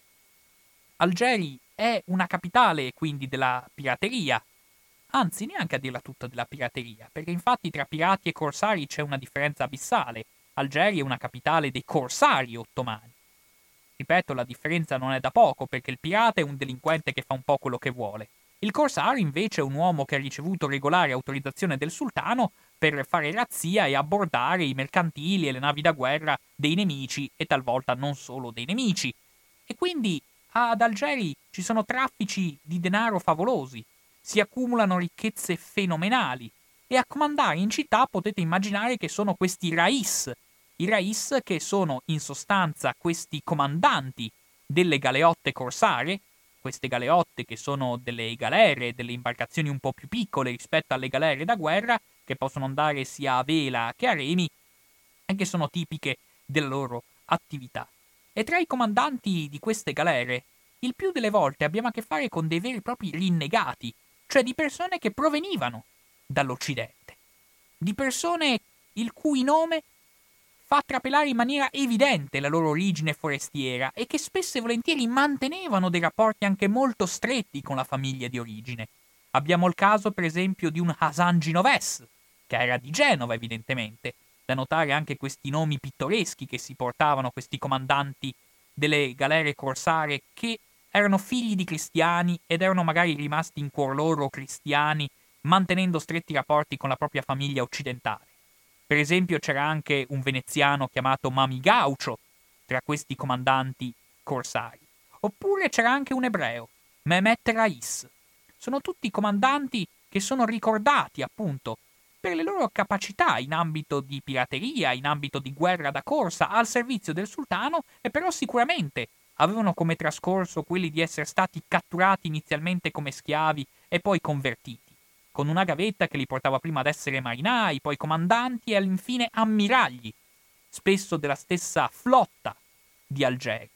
Algeri è una capitale quindi della pirateria, anzi neanche a dirla tutta della pirateria, perché infatti tra pirati e corsari c'è una differenza abissale. Algeri è una capitale dei corsari ottomani. Ripeto, la differenza non è da poco, perché il pirata è un delinquente che fa un po' quello che vuole. Il corsario invece è un uomo che ha ricevuto regolare autorizzazione del sultano per fare razzia e abbordare i mercantili e le navi da guerra dei nemici e talvolta non solo dei nemici. E quindi ad Algeri ci sono traffici di denaro favolosi, si accumulano ricchezze fenomenali e a comandare in città potete immaginare che sono questi rais, i rais che sono in sostanza questi comandanti delle galeotte corsarie, queste galeotte che sono delle galere, delle imbarcazioni un po' più piccole rispetto alle galere da guerra, che possono andare sia a vela che a remi e che sono tipiche della loro attività. E tra i comandanti di queste galere, il più delle volte abbiamo a che fare con dei veri e propri rinnegati, cioè di persone che provenivano dall'Occidente, di persone il cui nome fa trapelare in maniera evidente la loro origine forestiera e che spesso e volentieri mantenevano dei rapporti anche molto stretti con la famiglia di origine. Abbiamo il caso, per esempio, di un Hasan Genovese, che era di Genova evidentemente, da notare anche questi nomi pittoreschi che si portavano questi comandanti delle galere corsarie che erano figli di cristiani ed erano magari rimasti in cuor loro cristiani, mantenendo stretti rapporti con la propria famiglia occidentale. Per esempio c'era anche un veneziano chiamato Mami Gaucho tra questi comandanti corsari. Oppure c'era anche un ebreo, Mehmet Rais. Sono tutti comandanti che sono ricordati, appunto, per le loro capacità in ambito di pirateria, in ambito di guerra da corsa, al servizio del sultano, e però sicuramente avevano come trascorso quelli di essere stati catturati inizialmente come schiavi e poi convertiti, con una gavetta che li portava prima ad essere marinai, poi comandanti e infine ammiragli, spesso della stessa flotta di Algeri.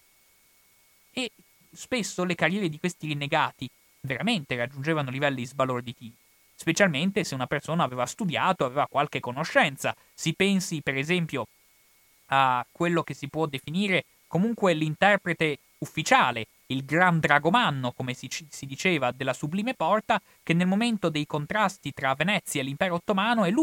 E spesso le carriere di questi rinnegati veramente raggiungevano livelli sbalorditivi, specialmente se una persona aveva studiato, aveva qualche conoscenza. Si pensi, per esempio, a quello che si può definire comunque l'interprete ufficiale, il gran dragomanno, come si, si diceva, della Sublime Porta, che nel momento dei contrasti tra Venezia e l'impero ottomano è lui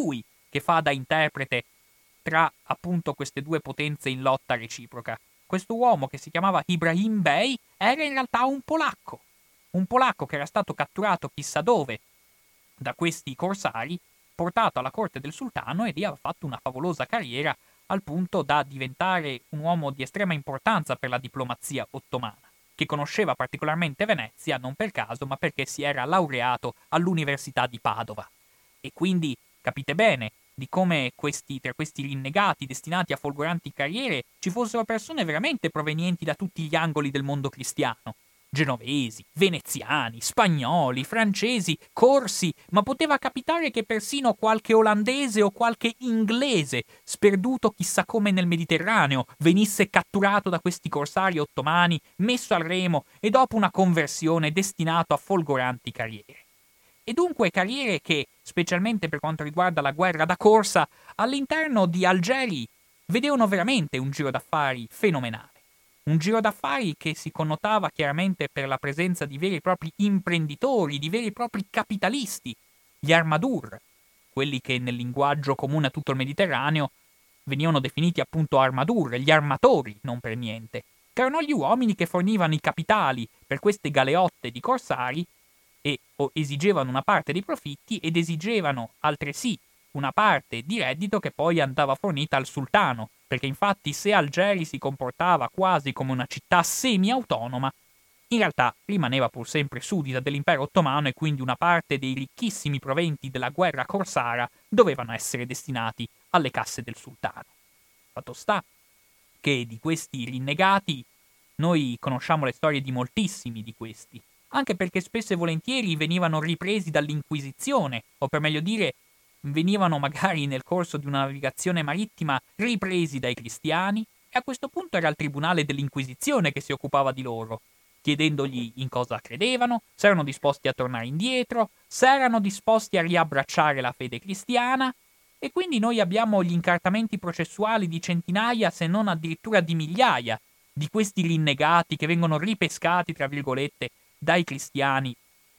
che fa da interprete tra appunto queste due potenze in lotta reciproca. Questo uomo, che si chiamava Ibrahim Bey, era in realtà un polacco, un polacco che era stato catturato chissà dove da questi corsari, portato alla corte del sultano, e lì aveva fatto una favolosa carriera al punto da diventare un uomo di estrema importanza per la diplomazia ottomana, che conosceva particolarmente Venezia non per caso, ma perché si era laureato all'Università di Padova. E quindi capite bene di come questi, tra questi rinnegati destinati a folgoranti carriere ci fossero persone veramente provenienti da tutti gli angoli del mondo cristiano. Genovesi, veneziani, spagnoli, francesi, corsi, ma poteva capitare che persino qualche olandese o qualche inglese, sperduto chissà come nel Mediterraneo, venisse catturato da questi corsari ottomani, messo al remo e dopo una conversione destinato a folgoranti carriere. E dunque carriere che, specialmente per quanto riguarda la guerra da corsa, all'interno di Algeri vedevano veramente un giro d'affari fenomenale. Un giro d'affari che si connotava chiaramente per la presenza di veri e propri imprenditori, di veri e propri capitalisti, gli armadur, quelli che nel linguaggio comune a tutto il Mediterraneo venivano definiti appunto armadur, gli armatori, non per niente, che erano gli uomini che fornivano i capitali per queste galeotte di corsari e o esigevano una parte dei profitti ed esigevano altresì una parte di reddito che poi andava fornita al sultano, perché infatti se Algeri si comportava quasi come una città semi-autonoma, in realtà rimaneva pur sempre suddita dell'impero ottomano e quindi una parte dei ricchissimi proventi della guerra corsara dovevano essere destinati alle casse del sultano. Fatto sta che di questi rinnegati noi conosciamo le storie di moltissimi di questi, anche perché spesso e volentieri venivano ripresi dall'Inquisizione, o per meglio dire venivano magari nel corso di una navigazione marittima ripresi dai cristiani, e a questo punto era il tribunale dell'Inquisizione che si occupava di loro, chiedendogli in cosa credevano, se erano disposti a tornare indietro, se erano disposti a riabbracciare la fede cristiana, e quindi noi abbiamo gli incartamenti processuali di centinaia, se non addirittura di migliaia, di questi rinnegati che vengono ripescati, tra virgolette, dai cristiani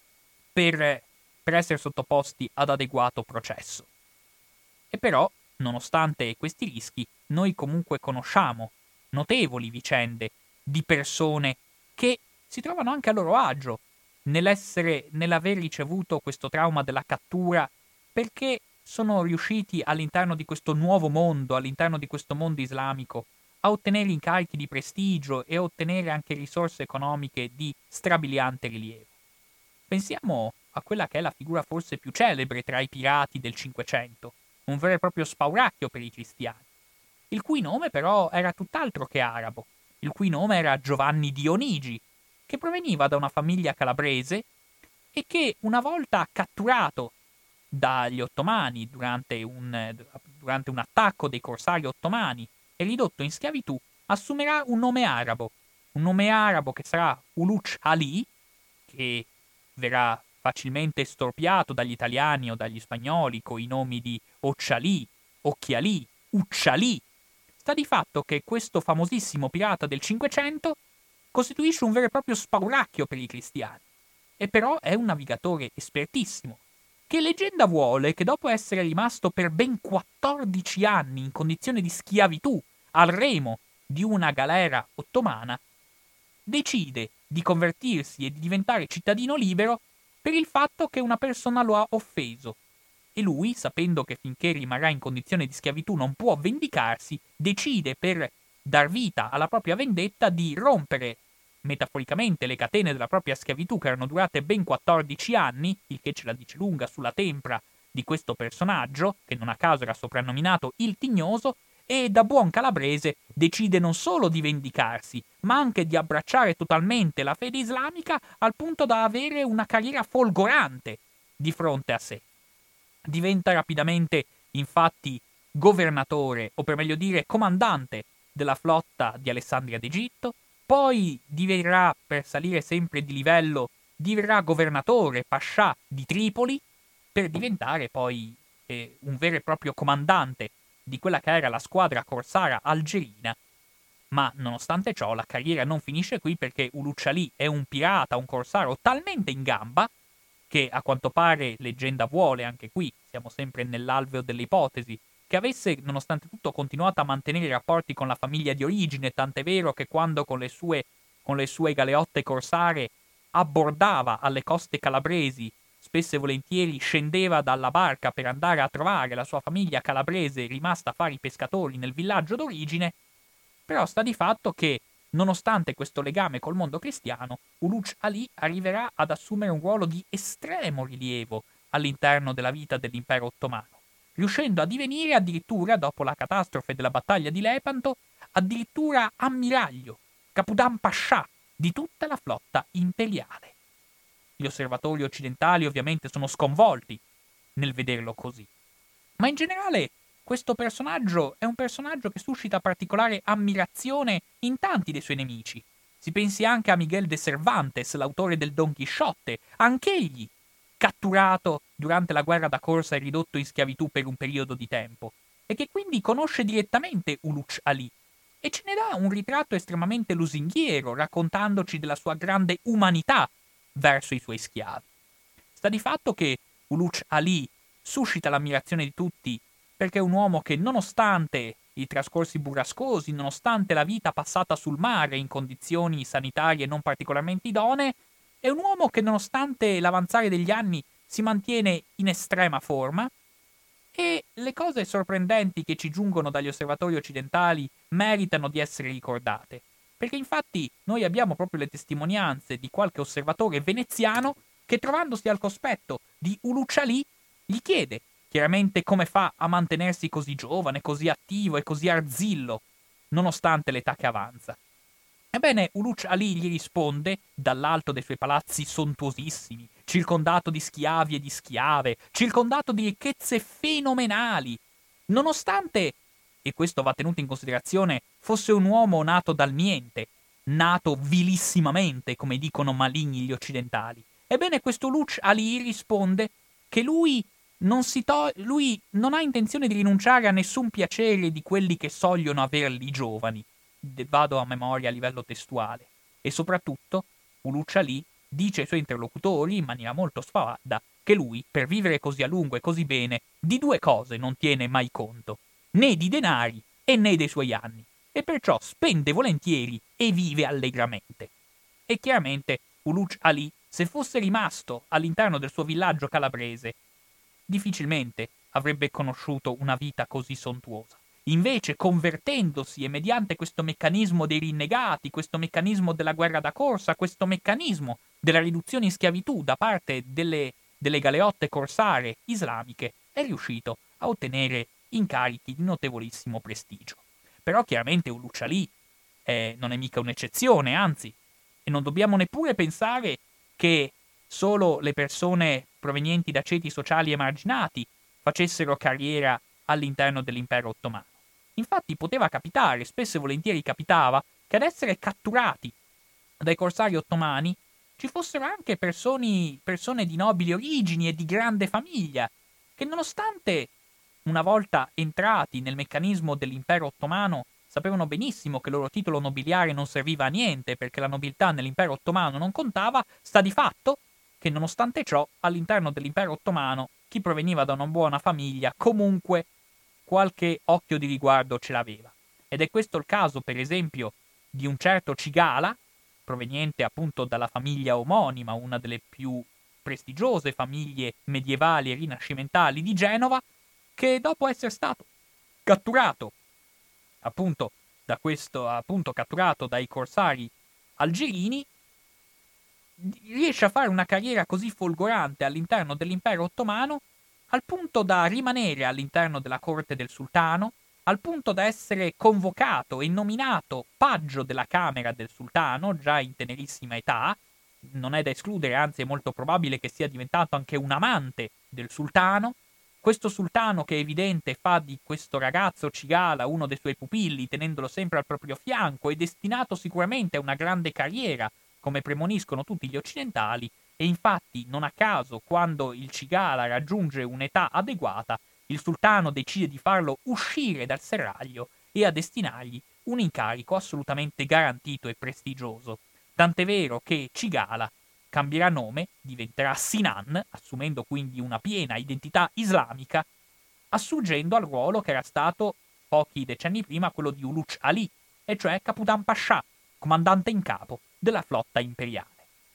per per essere sottoposti ad adeguato processo. E però, nonostante questi rischi, noi comunque conosciamo notevoli vicende di persone che si trovano anche a loro agio nell'essere, nell'aver ricevuto questo trauma della cattura, perché sono riusciti all'interno di questo nuovo mondo, all'interno di questo mondo islamico, a ottenere incarichi di prestigio e a ottenere anche risorse economiche di strabiliante rilievo. Pensiamo a quella che è la figura forse più celebre tra i pirati del Cinquecento, un vero e proprio spauracchio per i cristiani, il cui nome però era tutt'altro che arabo, il cui nome era Giovanni Dionigi, che proveniva da una famiglia calabrese e che una volta catturato dagli ottomani durante un, durante un attacco dei corsari ottomani e ridotto in schiavitù, assumerà un nome arabo, un nome arabo che sarà Uluc Ali, che verrà facilmente storpiato dagli italiani o dagli spagnoli coi nomi di Occialì, Occhialì, Uccialì. Sta di fatto che questo famosissimo pirata del Cinquecento costituisce un vero e proprio spauracchio per i cristiani, e però è un navigatore espertissimo, che leggenda vuole che dopo essere rimasto per ben quattordici anni in condizione di schiavitù al remo di una galera ottomana, decide di convertirsi e di diventare cittadino libero per il fatto che una persona lo ha offeso. E lui, sapendo che finché rimarrà in condizione di schiavitù non può vendicarsi, decide per dar vita alla propria vendetta di rompere metaforicamente le catene della propria schiavitù, che erano durate ben quattordici anni, il che ce la dice lunga sulla tempra di questo personaggio, che non a caso era soprannominato il Tignoso, e da buon calabrese decide non solo di vendicarsi, ma anche di abbracciare totalmente la fede islamica al punto da avere una carriera folgorante di fronte a sé. Diventa rapidamente, infatti, governatore, o per meglio dire comandante della flotta di Alessandria d'Egitto, poi diverrà, per salire sempre di livello, diverrà governatore, pascià di Tripoli, per diventare poi eh, un vero e proprio comandante di quella che era la squadra corsara algerina. Ma nonostante ciò la carriera non finisce qui, perché Uluccialì è un pirata, un corsaro talmente in gamba che a quanto pare leggenda vuole, anche qui siamo sempre nell'alveo delle ipotesi, che avesse nonostante tutto continuato a mantenere i rapporti con la famiglia di origine, tant'è vero che quando con le sue, con le sue galeotte corsare abbordava alle coste calabresi, spesso e volentieri scendeva dalla barca per andare a trovare la sua famiglia calabrese rimasta a fare i pescatori nel villaggio d'origine, però sta di fatto che, nonostante questo legame col mondo cristiano, Uluc Ali arriverà ad assumere un ruolo di estremo rilievo all'interno della vita dell'impero ottomano, riuscendo a divenire addirittura, dopo la catastrofe della battaglia di Lepanto, addirittura ammiraglio, Capodan Pascià di tutta la flotta imperiale. Gli osservatori occidentali ovviamente sono sconvolti nel vederlo così, ma in generale questo personaggio è un personaggio che suscita particolare ammirazione in tanti dei suoi nemici. Si pensi anche a Miguel de Cervantes, l'autore del Don Chisciotte, anch'egli catturato durante la guerra da corsa e ridotto in schiavitù per un periodo di tempo, e che quindi conosce direttamente Uluc Ali, e ce ne dà un ritratto estremamente lusinghiero, raccontandoci della sua grande umanità verso i suoi schiavi. Sta di fatto che Uluc Ali suscita l'ammirazione di tutti perché è un uomo che, nonostante i trascorsi burrascosi, nonostante la vita passata sul mare in condizioni sanitarie non particolarmente idonee, è un uomo che, nonostante l'avanzare degli anni, si mantiene in estrema forma, e le cose sorprendenti che ci giungono dagli osservatori occidentali meritano di essere ricordate, perché infatti noi abbiamo proprio le testimonianze di qualche osservatore veneziano che, trovandosi al cospetto di Uluc Ali, gli chiede chiaramente come fa a mantenersi così giovane, così attivo e così arzillo, nonostante l'età che avanza. Ebbene, Uluc Ali gli risponde, dall'alto dei suoi palazzi sontuosissimi, circondato di schiavi e di schiave, circondato di ricchezze fenomenali, nonostante, e questo va tenuto in considerazione, fosse un uomo nato dal niente, nato vilissimamente, come dicono maligni gli occidentali. Ebbene, questo Uluc Ali risponde che lui non si to- lui non ha intenzione di rinunciare a nessun piacere di quelli che sogliono averli i giovani. Vado a memoria a livello testuale. E soprattutto, Uluc Ali dice ai suoi interlocutori, in maniera molto sfavada, che lui, per vivere così a lungo e così bene, di due cose non tiene mai conto: né di denari e né dei suoi anni, e perciò spende volentieri e vive allegramente. E chiaramente Uluc Ali, se fosse rimasto all'interno del suo villaggio calabrese, difficilmente avrebbe conosciuto una vita così sontuosa. Invece, convertendosi e mediante questo meccanismo dei rinnegati, questo meccanismo della guerra da corsa, questo meccanismo della riduzione in schiavitù da parte delle, delle galeotte corsare islamiche, è riuscito a ottenere incarichi di notevolissimo prestigio. Però chiaramente Uluc Ali eh, non è mica un'eccezione, anzi, e non dobbiamo neppure pensare che solo le persone provenienti da ceti sociali emarginati facessero carriera all'interno dell'impero ottomano. Infatti poteva capitare, spesso e volentieri capitava, che ad essere catturati dai corsari ottomani ci fossero anche persone, persone di nobili origini e di grande famiglia, che nonostante una volta entrati nel meccanismo dell'impero ottomano sapevano benissimo che il loro titolo nobiliare non serviva a niente perché la nobiltà nell'impero ottomano non contava, sta di fatto che nonostante ciò all'interno dell'impero ottomano chi proveniva da una buona famiglia comunque qualche occhio di riguardo ce l'aveva. Ed è questo il caso, per esempio, di un certo Cigala, proveniente appunto dalla famiglia omonima, una delle più prestigiose famiglie medievali e rinascimentali di Genova, che dopo essere stato catturato appunto da questo appunto catturato dai corsari algerini, riesce a fare una carriera così folgorante all'interno dell'impero ottomano al punto da rimanere all'interno della corte del sultano, al punto da essere convocato e nominato paggio della camera del sultano, già in tenerissima età. Non è da escludere, anzi è molto probabile che sia diventato anche un amante del sultano. Questo sultano, che è evidente, fa di questo ragazzo Cigala uno dei suoi pupilli, tenendolo sempre al proprio fianco, è destinato sicuramente a una grande carriera, come premoniscono tutti gli occidentali, e infatti non a caso quando il Cigala raggiunge un'età adeguata, il sultano decide di farlo uscire dal serraglio e a destinargli un incarico assolutamente garantito e prestigioso. Tant'è vero che Cigala cambierà nome, diventerà Sinan, assumendo quindi una piena identità islamica, assurgendo al ruolo che era stato pochi decenni prima quello di Uluc Ali, e cioè Capitan Pascià, comandante in capo della flotta imperiale.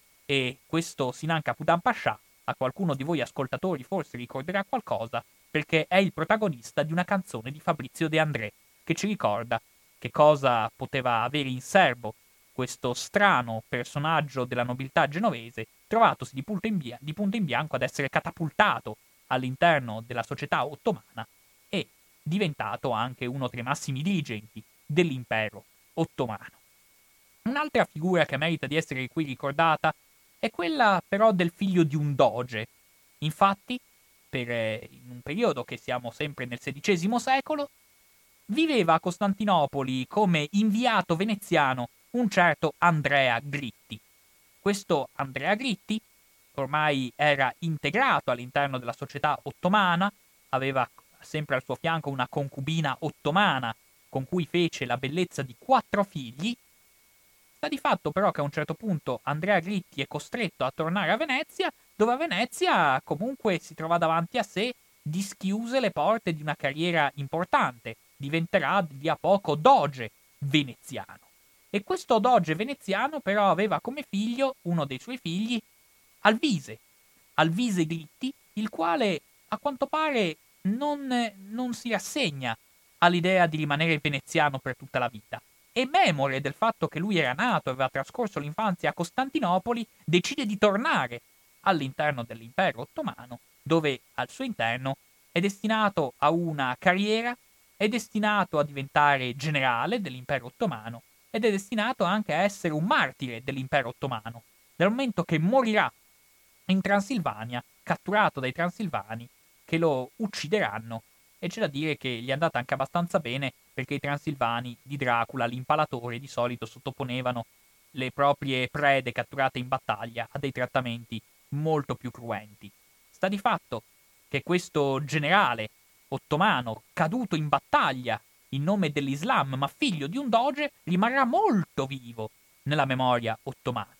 E questo Sinan Capitan Pascià a qualcuno di voi ascoltatori forse ricorderà qualcosa, perché è il protagonista di una canzone di Fabrizio De André, che ci ricorda che cosa poteva avere in serbo questo strano personaggio della nobiltà genovese, trovatosi di punto in, bia- di punto in bianco ad essere catapultato all'interno della società ottomana e diventato anche uno tra i massimi dirigenti dell'impero ottomano. Un'altra figura che merita di essere qui ricordata è quella però del figlio di un doge. Infatti, per, eh, in un periodo che siamo sempre nel sedicesimo secolo, viveva a Costantinopoli come inviato veneziano un certo Andrea Gritti. Questo Andrea Gritti ormai era integrato all'interno della società ottomana, aveva sempre al suo fianco una concubina ottomana con cui fece la bellezza di quattro figli. Sta di fatto però che a un certo punto Andrea Gritti è costretto a tornare a Venezia, dove a Venezia comunque si trova davanti a sé dischiuse le porte di una carriera importante, diventerà di lì a poco doge veneziano. E questo doge veneziano però aveva come figlio, uno dei suoi figli, Alvise, Alvise Gritti, il quale a quanto pare non, non si rassegna all'idea di rimanere veneziano per tutta la vita. E memore del fatto che lui era nato e aveva trascorso l'infanzia a Costantinopoli, decide di tornare all'interno dell'impero ottomano, dove al suo interno è destinato a una carriera, è destinato a diventare generale dell'impero ottomano ed è destinato anche a essere un martire dell'impero ottomano, dal momento che morirà in Transilvania, catturato dai transilvani che lo uccideranno. E c'è da dire che gli è andata anche abbastanza bene, perché i transilvani di Dracula, l'impalatore, di solito sottoponevano le proprie prede catturate in battaglia a dei trattamenti molto più cruenti. Sta di fatto che questo generale ottomano, caduto in battaglia in nome dell'Islam, ma figlio di un doge, rimarrà molto vivo nella memoria ottomana.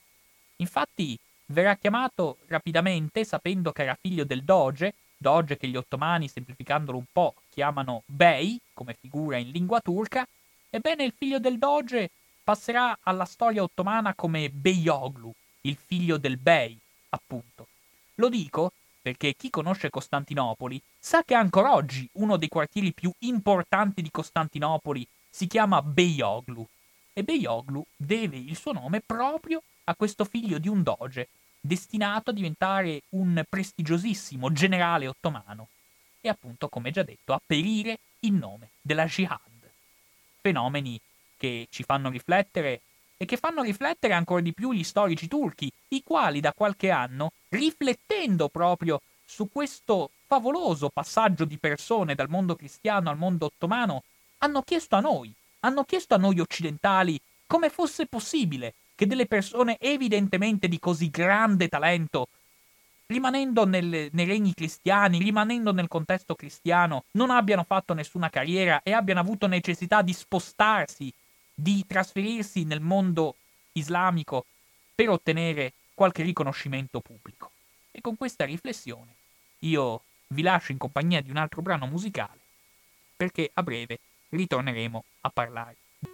Infatti verrà chiamato rapidamente, sapendo che era figlio del doge, doge che gli ottomani, semplificandolo un po', chiamano bey, come figura in lingua turca. Ebbene, il figlio del doge passerà alla storia ottomana come Beyoglu, il figlio del bey, appunto. Lo dico perché chi conosce Costantinopoli sa che ancora oggi uno dei quartieri più importanti di Costantinopoli si chiama Beyoglu, e Beyoglu deve il suo nome proprio a questo figlio di un doge, destinato a diventare un prestigiosissimo generale ottomano e appunto, come già detto, a perire in nome della jihad. Fenomeni che ci fanno riflettere e che fanno riflettere ancora di più gli storici turchi, i quali da qualche anno, riflettendo proprio su questo favoloso passaggio di persone dal mondo cristiano al mondo ottomano, hanno chiesto a noi, hanno chiesto a noi occidentali come fosse possibile che delle persone evidentemente di così grande talento, rimanendo nel, nei regni cristiani, rimanendo nel contesto cristiano, non abbiano fatto nessuna carriera e abbiano avuto necessità di spostarsi, di trasferirsi nel mondo islamico per ottenere qualche riconoscimento pubblico. E con questa riflessione io vi lascio in compagnia di un altro brano musicale, perché a breve ritorneremo a parlare.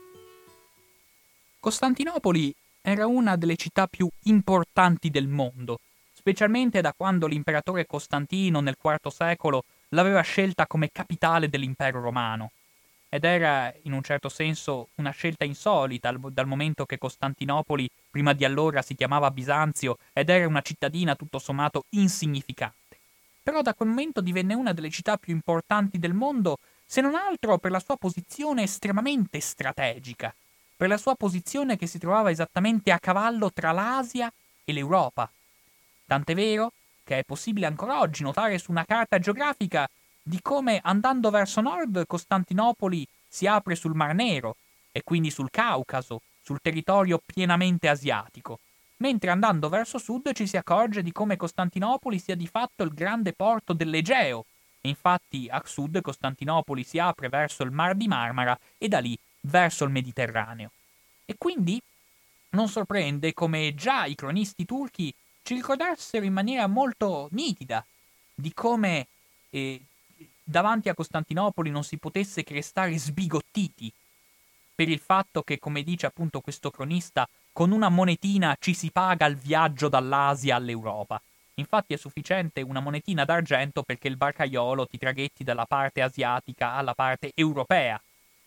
Costantinopoli era una delle città più importanti del mondo, specialmente da quando l'imperatore Costantino nel quarto secolo l'aveva scelta come capitale dell'impero romano. Ed era in un certo senso una scelta insolita, dal momento che Costantinopoli prima di allora si chiamava Bisanzio ed era una cittadina tutto sommato insignificante. Però da quel momento divenne una delle città più importanti del mondo, se non altro per la sua posizione estremamente strategica, per la sua posizione che si trovava esattamente a cavallo tra l'Asia e l'Europa. Tant'è vero che è possibile ancora oggi notare su una carta geografica di come andando verso nord Costantinopoli si apre sul Mar Nero e quindi sul Caucaso, sul territorio pienamente asiatico, mentre andando verso sud ci si accorge di come Costantinopoli sia di fatto il grande porto dell'Egeo, e infatti a sud Costantinopoli si apre verso il Mar di Marmara e da lì verso il Mediterraneo. E quindi non sorprende come già i cronisti turchi ci ricordassero in maniera molto nitida di come eh, davanti a Costantinopoli non si potesse che restare sbigottiti per il fatto che, come dice appunto questo cronista, con una monetina ci si paga il viaggio dall'Asia all'Europa. Infatti è sufficiente una monetina d'argento perché il barcaiolo ti traghetti dalla parte asiatica alla parte europea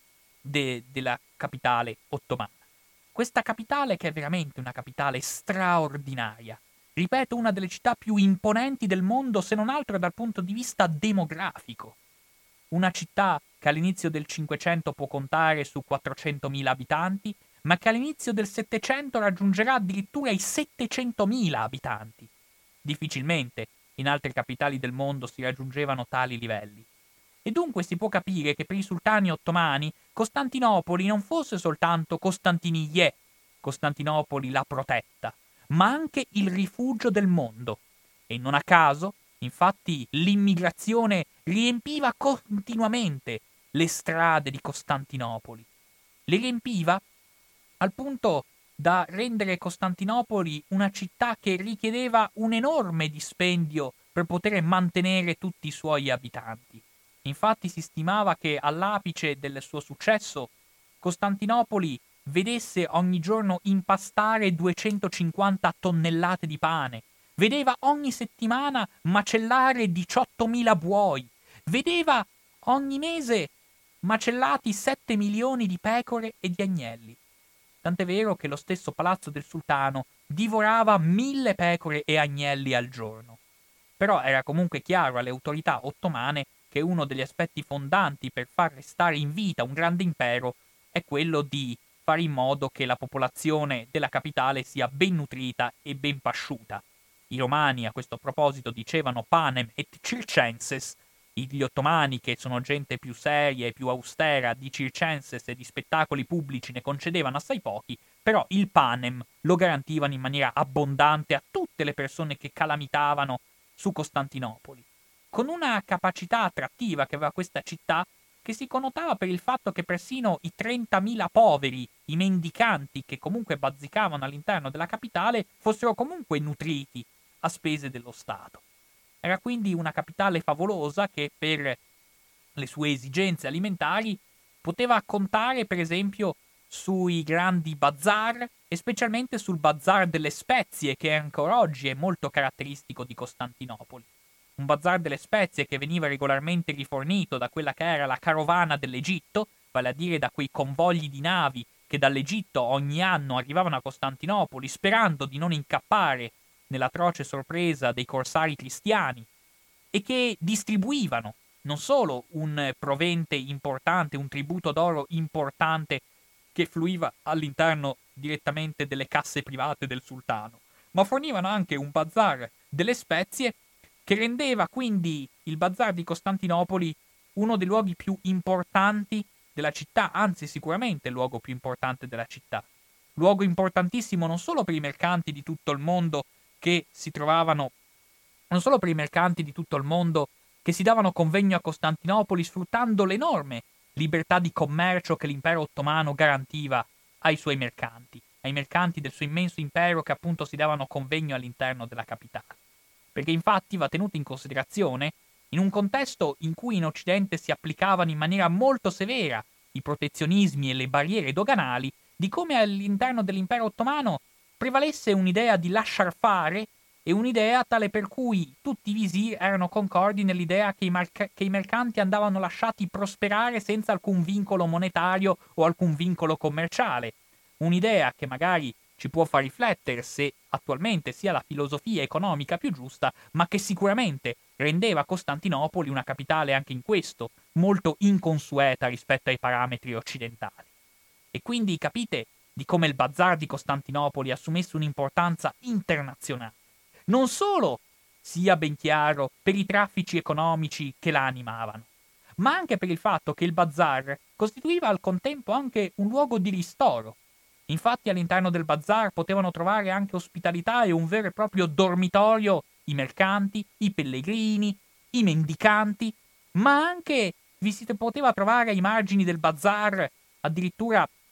de- della capitale ottomana. Questa capitale che è veramente una capitale straordinaria. Ripeto, una delle città più imponenti del mondo, se non altro dal punto di vista demografico. Una città che all'inizio del Cinquecento può contare su quattrocentomila abitanti, ma che all'inizio del Settecento raggiungerà addirittura i settecentomila abitanti. Difficilmente in altre capitali del mondo si raggiungevano tali livelli. E dunque si può capire che per i sultani ottomani Costantinopoli non fosse soltanto Costantiniyye, Costantinopoli la protetta, ma anche il rifugio del mondo. E non a caso, infatti, l'immigrazione riempiva continuamente le strade di Costantinopoli. Le riempiva al punto da rendere Costantinopoli una città che richiedeva un enorme dispendio per poter mantenere tutti i suoi abitanti. Infatti si stimava che all'apice del suo successo Costantinopoli vedesse ogni giorno impastare duecentocinquanta tonnellate di pane, vedeva ogni settimana macellare diciottomila buoi, vedeva ogni mese macellati sette milioni di pecore e di agnelli. Tant'è vero che lo stesso palazzo del sultano divorava mille pecore e agnelli al giorno. Però era comunque chiaro alle autorità ottomane che uno degli aspetti fondanti per far restare in vita un grande impero è quello di fare in modo che la popolazione della capitale sia ben nutrita e ben pasciuta. I romani a questo proposito dicevano panem et circenses, gli ottomani, che sono gente più seria e più austera, di circenses e di spettacoli pubblici ne concedevano assai pochi, però il panem lo garantivano in maniera abbondante a tutte le persone che calamitavano su Costantinopoli, con una capacità attrattiva che aveva questa città, che si connotava per il fatto che persino i trentamila poveri, i mendicanti che comunque bazzicavano all'interno della capitale, fossero comunque nutriti a spese dello Stato. Era quindi una capitale favolosa che per le sue esigenze alimentari poteva contare per esempio sui grandi bazar e specialmente sul bazar delle spezie, che ancora oggi è molto caratteristico di Costantinopoli. Un bazar delle spezie che veniva regolarmente rifornito da quella che era la carovana dell'Egitto, vale a dire da quei convogli di navi che dall'Egitto ogni anno arrivavano a Costantinopoli sperando di non incappare nell'atroce sorpresa dei corsari cristiani, e che distribuivano non solo un provente importante, un tributo d'oro importante che fluiva all'interno direttamente delle casse private del sultano, ma fornivano anche un bazar delle spezie che rendeva quindi il bazar di Costantinopoli uno dei luoghi più importanti della città, anzi sicuramente il luogo più importante della città. Luogo importantissimo non solo per i mercanti di tutto il mondo che si trovavano, non solo per i mercanti di tutto il mondo che si davano convegno a Costantinopoli sfruttando l'enorme libertà di commercio che l'impero ottomano garantiva ai suoi mercanti, ai mercanti del suo immenso impero che appunto si davano convegno all'interno della capitale. Perché infatti va tenuto in considerazione, in un contesto in cui in Occidente si applicavano in maniera molto severa i protezionismi e le barriere doganali, di come all'interno dell'impero ottomano prevalesse un'idea di lasciar fare e un'idea tale per cui tutti i visir erano concordi nell'idea che i, marca- che i mercanti andavano lasciati prosperare senza alcun vincolo monetario o alcun vincolo commerciale. Un'idea che magari ci può far riflettere se attualmente sia la filosofia economica più giusta, ma che sicuramente rendeva Costantinopoli una capitale anche in questo, molto inconsueta rispetto ai parametri occidentali. E quindi capite di come il bazar di Costantinopoli assumesse un'importanza internazionale. Non solo, sia ben chiaro, per i traffici economici che la animavano, ma anche per il fatto che il bazar costituiva al contempo anche un luogo di ristoro. Infatti all'interno del bazar potevano trovare anche ospitalità e un vero e proprio dormitorio i mercanti, i pellegrini, i mendicanti, ma anche vi si poteva trovare ai margini del bazar addirittura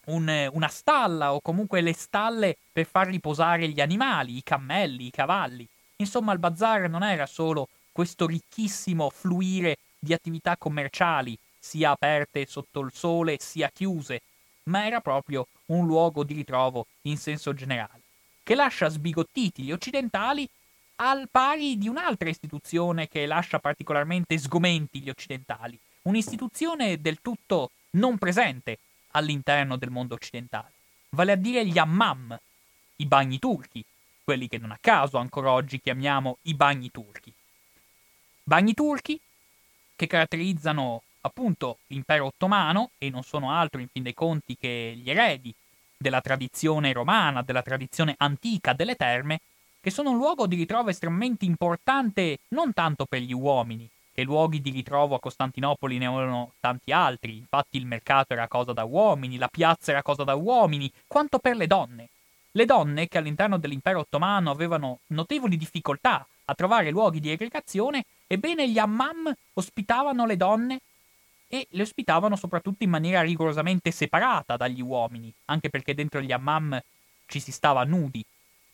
un- una stalla o comunque le stalle per far riposare gli animali, i cammelli, i cavalli. Insomma, il bazar non era solo questo ricchissimo fluire di attività commerciali, sia aperte sotto il sole, sia chiuse, ma era proprio un luogo di ritrovo in senso generale, che lascia sbigottiti gli occidentali al pari di un'altra istituzione che lascia particolarmente sgomenti gli occidentali, un'istituzione del tutto non presente all'interno del mondo occidentale, vale a dire gli hammam, i bagni turchi, quelli che non a caso ancora oggi chiamiamo i bagni turchi. Bagni turchi che caratterizzano appunto l'impero ottomano e non sono altro in fin dei conti che gli eredi della tradizione romana, della tradizione antica delle terme, che sono un luogo di ritrovo estremamente importante non tanto per gli uomini, che luoghi di ritrovo a Costantinopoli ne erano tanti altri, infatti il mercato era cosa da uomini, la piazza era cosa da uomini, quanto per le donne. Le donne, che all'interno dell'impero ottomano avevano notevoli difficoltà a trovare luoghi di aggregazione, ebbene gli hammam ospitavano le donne e le ospitavano soprattutto in maniera rigorosamente separata dagli uomini, anche perché dentro gli hammam ci si stava nudi.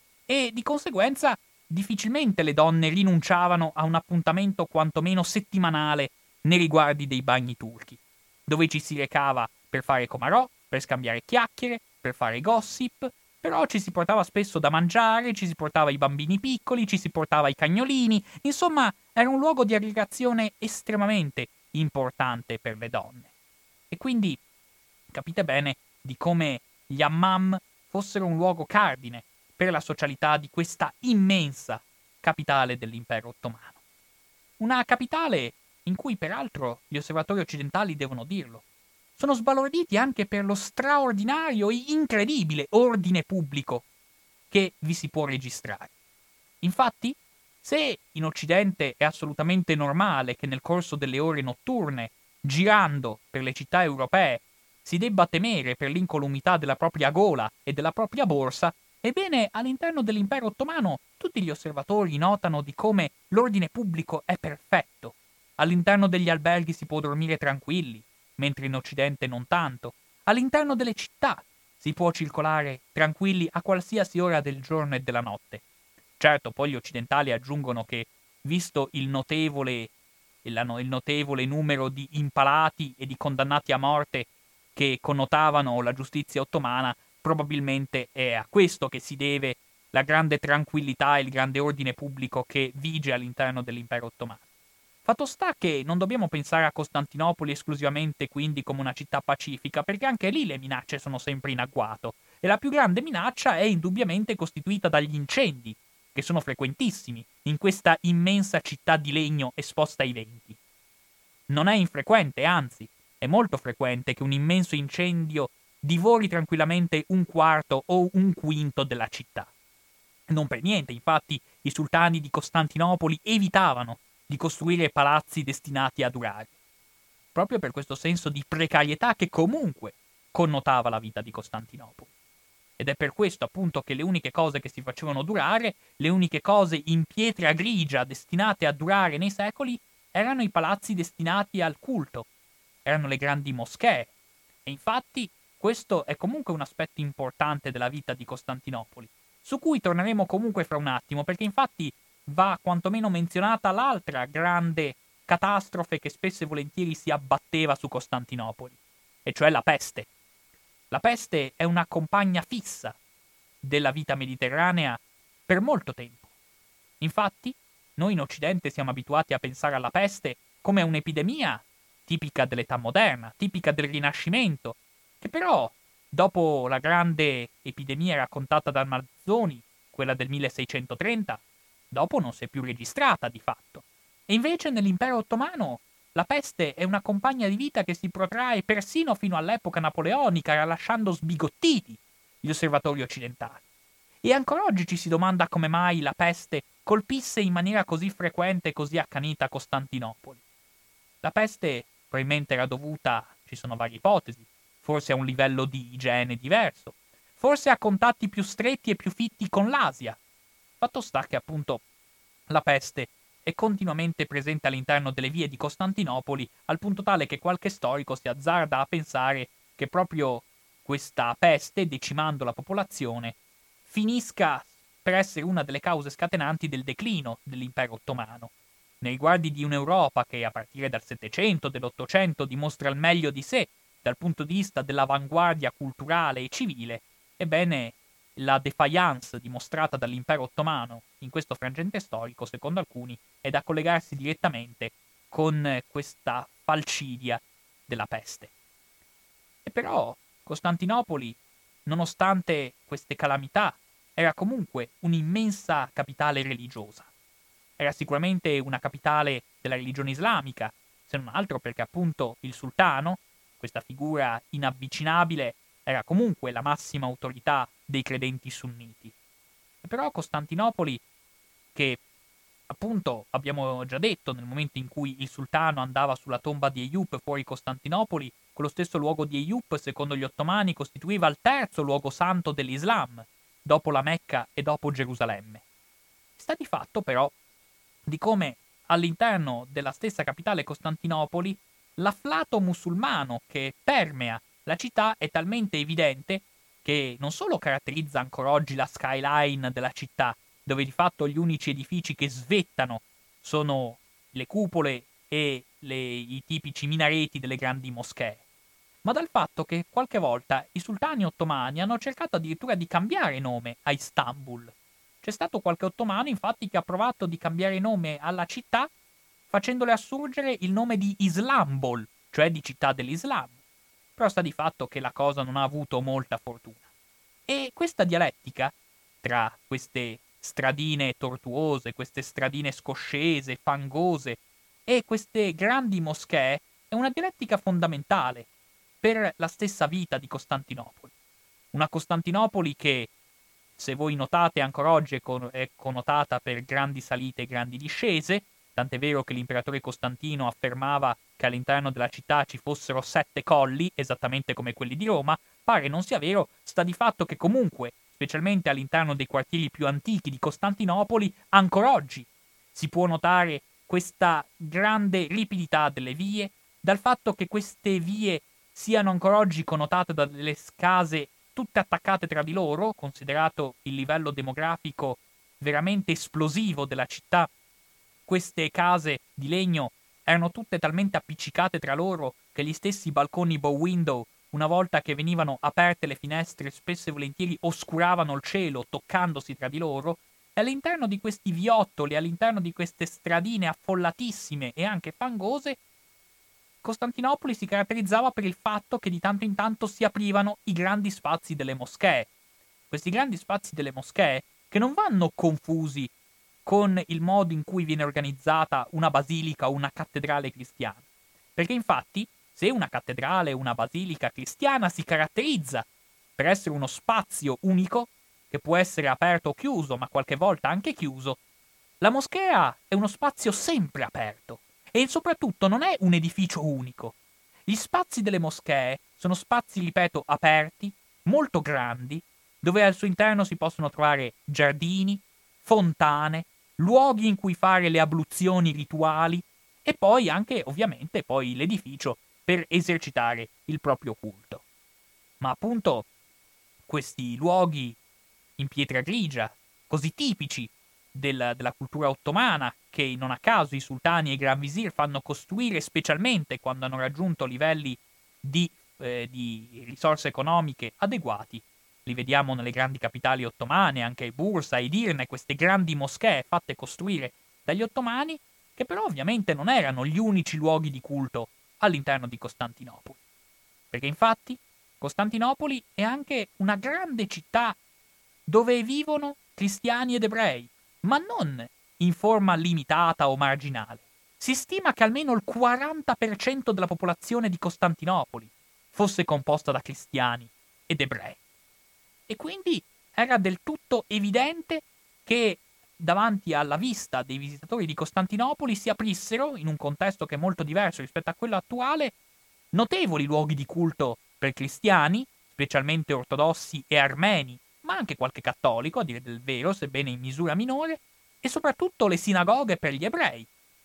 E di conseguenza difficilmente le donne rinunciavano a un appuntamento quantomeno settimanale nei riguardi dei bagni turchi, dove ci si recava per fare comarò, per scambiare chiacchiere, per fare gossip, però ci si portava spesso da mangiare, ci si portava i bambini piccoli, ci si portava i cagnolini, insomma era un luogo di aggregazione estremamente importante per le donne. E quindi capite bene di come gli hammam fossero un luogo cardine per la socialità di questa immensa capitale dell'impero ottomano. Una capitale in cui peraltro gli osservatori occidentali devono dirlo. Sono sbalorditi anche per lo straordinario e incredibile ordine pubblico che vi si può registrare. Infatti, se in Occidente è assolutamente normale che nel corso delle ore notturne, girando per le città europee, si debba temere per l'incolumità della propria gola e della propria borsa, ebbene all'interno dell'impero ottomano tutti gli osservatori notano di come l'ordine pubblico è perfetto. All'interno degli alberghi si può dormire tranquilli, mentre in Occidente non tanto. All'interno delle città si può circolare tranquilli a qualsiasi ora del giorno e della notte. Certo, poi gli occidentali aggiungono che, visto il notevole, il, il notevole numero di impalati e di condannati a morte che connotavano la giustizia ottomana, probabilmente è a questo che si deve la grande tranquillità e il grande ordine pubblico che vige all'interno dell'impero ottomano. Fatto sta che non dobbiamo pensare a Costantinopoli esclusivamente quindi come una città pacifica, perché anche lì le minacce sono sempre in agguato, e la più grande minaccia è indubbiamente costituita dagli incendi, che sono frequentissimi in questa immensa città di legno esposta ai venti. Non è infrequente, anzi, è molto frequente che un immenso incendio divori tranquillamente un quarto o un quinto della città. Non per niente, infatti, i sultani di Costantinopoli evitavano di costruire palazzi destinati a durare, proprio per questo senso di precarietà che comunque connotava la vita di Costantinopoli. Ed è per questo appunto che le uniche cose che si facevano durare, le uniche cose in pietra grigia destinate a durare nei secoli, erano i palazzi destinati al culto, erano le grandi moschee. E infatti questo è comunque un aspetto importante della vita di Costantinopoli, su cui torneremo comunque fra un attimo, perché infatti va quantomeno menzionata l'altra grande catastrofe che spesso e volentieri si abbatteva su Costantinopoli, e cioè la peste. La peste è una compagna fissa della vita mediterranea per molto tempo. Infatti, noi in Occidente siamo abituati a pensare alla peste come a un'epidemia tipica dell'età moderna, tipica del Rinascimento, che però, dopo la grande epidemia raccontata da Manzoni, quella del milleseicentotrenta, dopo non si è più registrata di fatto. E invece nell'impero ottomano la peste è una compagna di vita che si protrae persino fino all'epoca napoleonica, lasciando sbigottiti gli osservatori occidentali. E ancora oggi ci si domanda come mai la peste colpisse in maniera così frequente e così accanita Costantinopoli. La peste probabilmente era dovuta, ci sono varie ipotesi, forse a un livello di igiene diverso, forse a contatti più stretti e più fitti con l'Asia. Fatto sta che appunto la peste è continuamente presente all'interno delle vie di Costantinopoli, al punto tale che qualche storico si azzarda a pensare che proprio questa peste, decimando la popolazione, finisca per essere una delle cause scatenanti del declino dell'impero ottomano. Nei riguardi di un'Europa che a partire dal Settecento, dell'Ottocento dimostra il meglio di sé dal punto di vista dell'avanguardia culturale e civile, ebbene la defiance dimostrata dall'impero ottomano in questo frangente storico, secondo alcuni, è da collegarsi direttamente con questa falcidia della peste. E però Costantinopoli, nonostante queste calamità, era comunque un'immensa capitale religiosa. Era sicuramente una capitale della religione islamica, se non altro perché appunto il sultano, questa figura inavvicinabile, era comunque la massima autorità dei credenti sunniti. E però Costantinopoli, che appunto abbiamo già detto nel momento in cui il sultano andava sulla tomba di Eyüp fuori Costantinopoli, quello stesso luogo di Eyüp, secondo gli ottomani, costituiva il terzo luogo santo dell'Islam, dopo la Mecca e dopo Gerusalemme. Sta di fatto però di come all'interno della stessa capitale Costantinopoli l'afflato musulmano che permea la città è talmente evidente che non solo caratterizza ancora oggi la skyline della città, dove di fatto gli unici edifici che svettano sono le cupole e le, i tipici minareti delle grandi moschee, ma dal fatto che qualche volta i sultani ottomani hanno cercato addirittura di cambiare nome a Istanbul. C'è stato qualche ottomano, infatti, che ha provato di cambiare nome alla città facendole assurgere il nome di Islambol, cioè di città dell'Islam. Però sta di fatto che la cosa non ha avuto molta fortuna. E questa dialettica tra queste stradine tortuose, queste stradine scoscese, fangose e queste grandi moschee è una dialettica fondamentale per la stessa vita di Costantinopoli. Una Costantinopoli che, se voi notate, ancora oggi è, con- è connotata per grandi salite e grandi discese, tant'è vero che l'imperatore Costantino affermava che all'interno della città ci fossero sette colli, esattamente come quelli di Roma. Pare non sia vero, sta di fatto che comunque, specialmente all'interno dei quartieri più antichi di Costantinopoli, ancora oggi si può notare questa grande ripidità delle vie, dal fatto che queste vie siano ancora oggi connotate da delle case tutte attaccate tra di loro, considerato il livello demografico veramente esplosivo della città. Queste case di legno erano tutte talmente appiccicate tra loro che gli stessi balconi bow window, una volta che venivano aperte le finestre, spesso e volentieri oscuravano il cielo, toccandosi tra di loro, e all'interno di questi viottoli, all'interno di queste stradine affollatissime e anche fangose, Costantinopoli si caratterizzava per il fatto che di tanto in tanto si aprivano i grandi spazi delle moschee. Questi grandi spazi delle moschee che non vanno confusi con il modo in cui viene organizzata una basilica o una cattedrale cristiana. Perché infatti, se una cattedrale o una basilica cristiana si caratterizza per essere uno spazio unico, che può essere aperto o chiuso, ma qualche volta anche chiuso, la moschea è uno spazio sempre aperto e soprattutto non è un edificio unico. Gli spazi delle moschee sono spazi, ripeto, aperti, molto grandi, dove al suo interno si possono trovare giardini, fontane, luoghi in cui fare le abluzioni rituali e poi anche, ovviamente, poi l'edificio per esercitare il proprio culto. Ma appunto questi luoghi in pietra grigia, così tipici del- della cultura ottomana, che non a caso i sultani e i gran visir fanno costruire specialmente quando hanno raggiunto livelli di, eh, di risorse economiche adeguati. Li vediamo nelle grandi capitali ottomane, anche Bursa, Edirne, queste grandi moschee fatte costruire dagli ottomani, che però ovviamente non erano gli unici luoghi di culto all'interno di Costantinopoli. Perché infatti Costantinopoli è anche una grande città dove vivono cristiani ed ebrei, ma non in forma limitata o marginale. Si stima che almeno il quaranta per cento della popolazione di Costantinopoli fosse composta da cristiani ed ebrei. E quindi era del tutto evidente che davanti alla vista dei visitatori di Costantinopoli si aprissero, in un contesto che è molto diverso rispetto a quello attuale, notevoli luoghi di culto per cristiani, specialmente ortodossi e armeni, ma anche qualche cattolico, a dire del vero, sebbene in misura minore, e soprattutto le sinagoghe per gli ebrei,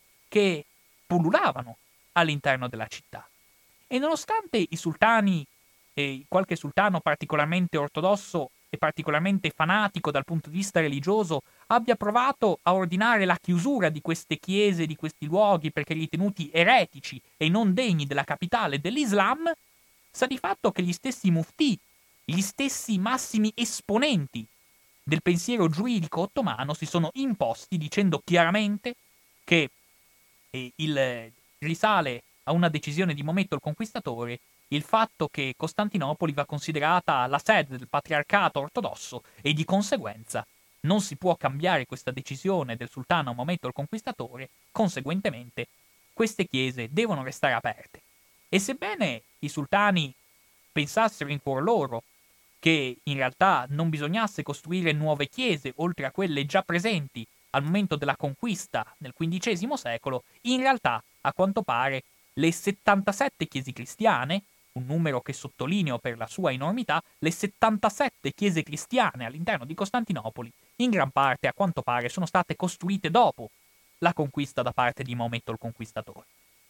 che pullulavano all'interno della città. E nonostante i sultani e qualche sultano particolarmente ortodosso e particolarmente fanatico dal punto di vista religioso abbia provato a ordinare la chiusura di queste chiese, di questi luoghi, perché ritenuti eretici e non degni della capitale dell'Islam, sta di fatto che gli stessi muftì, gli stessi massimi esponenti del pensiero giuridico ottomano si sono imposti dicendo chiaramente che eh, il, risale a una decisione di Maometto il Conquistatore il fatto che Costantinopoli va considerata la sede del patriarcato ortodosso e di conseguenza non si può cambiare questa decisione del sultano Maometto il Conquistatore, conseguentemente queste chiese devono restare aperte. E sebbene i sultani pensassero in cuor loro che in realtà non bisognasse costruire nuove chiese oltre a quelle già presenti al momento della conquista nel quindicesimo secolo, in realtà, a quanto pare, le settantasette chiese cristiane, un numero che sottolineo per la sua enormità, le settantasette chiese cristiane all'interno di Costantinopoli, in gran parte, a quanto pare, sono state costruite dopo la conquista da parte di Maometto il Conquistatore.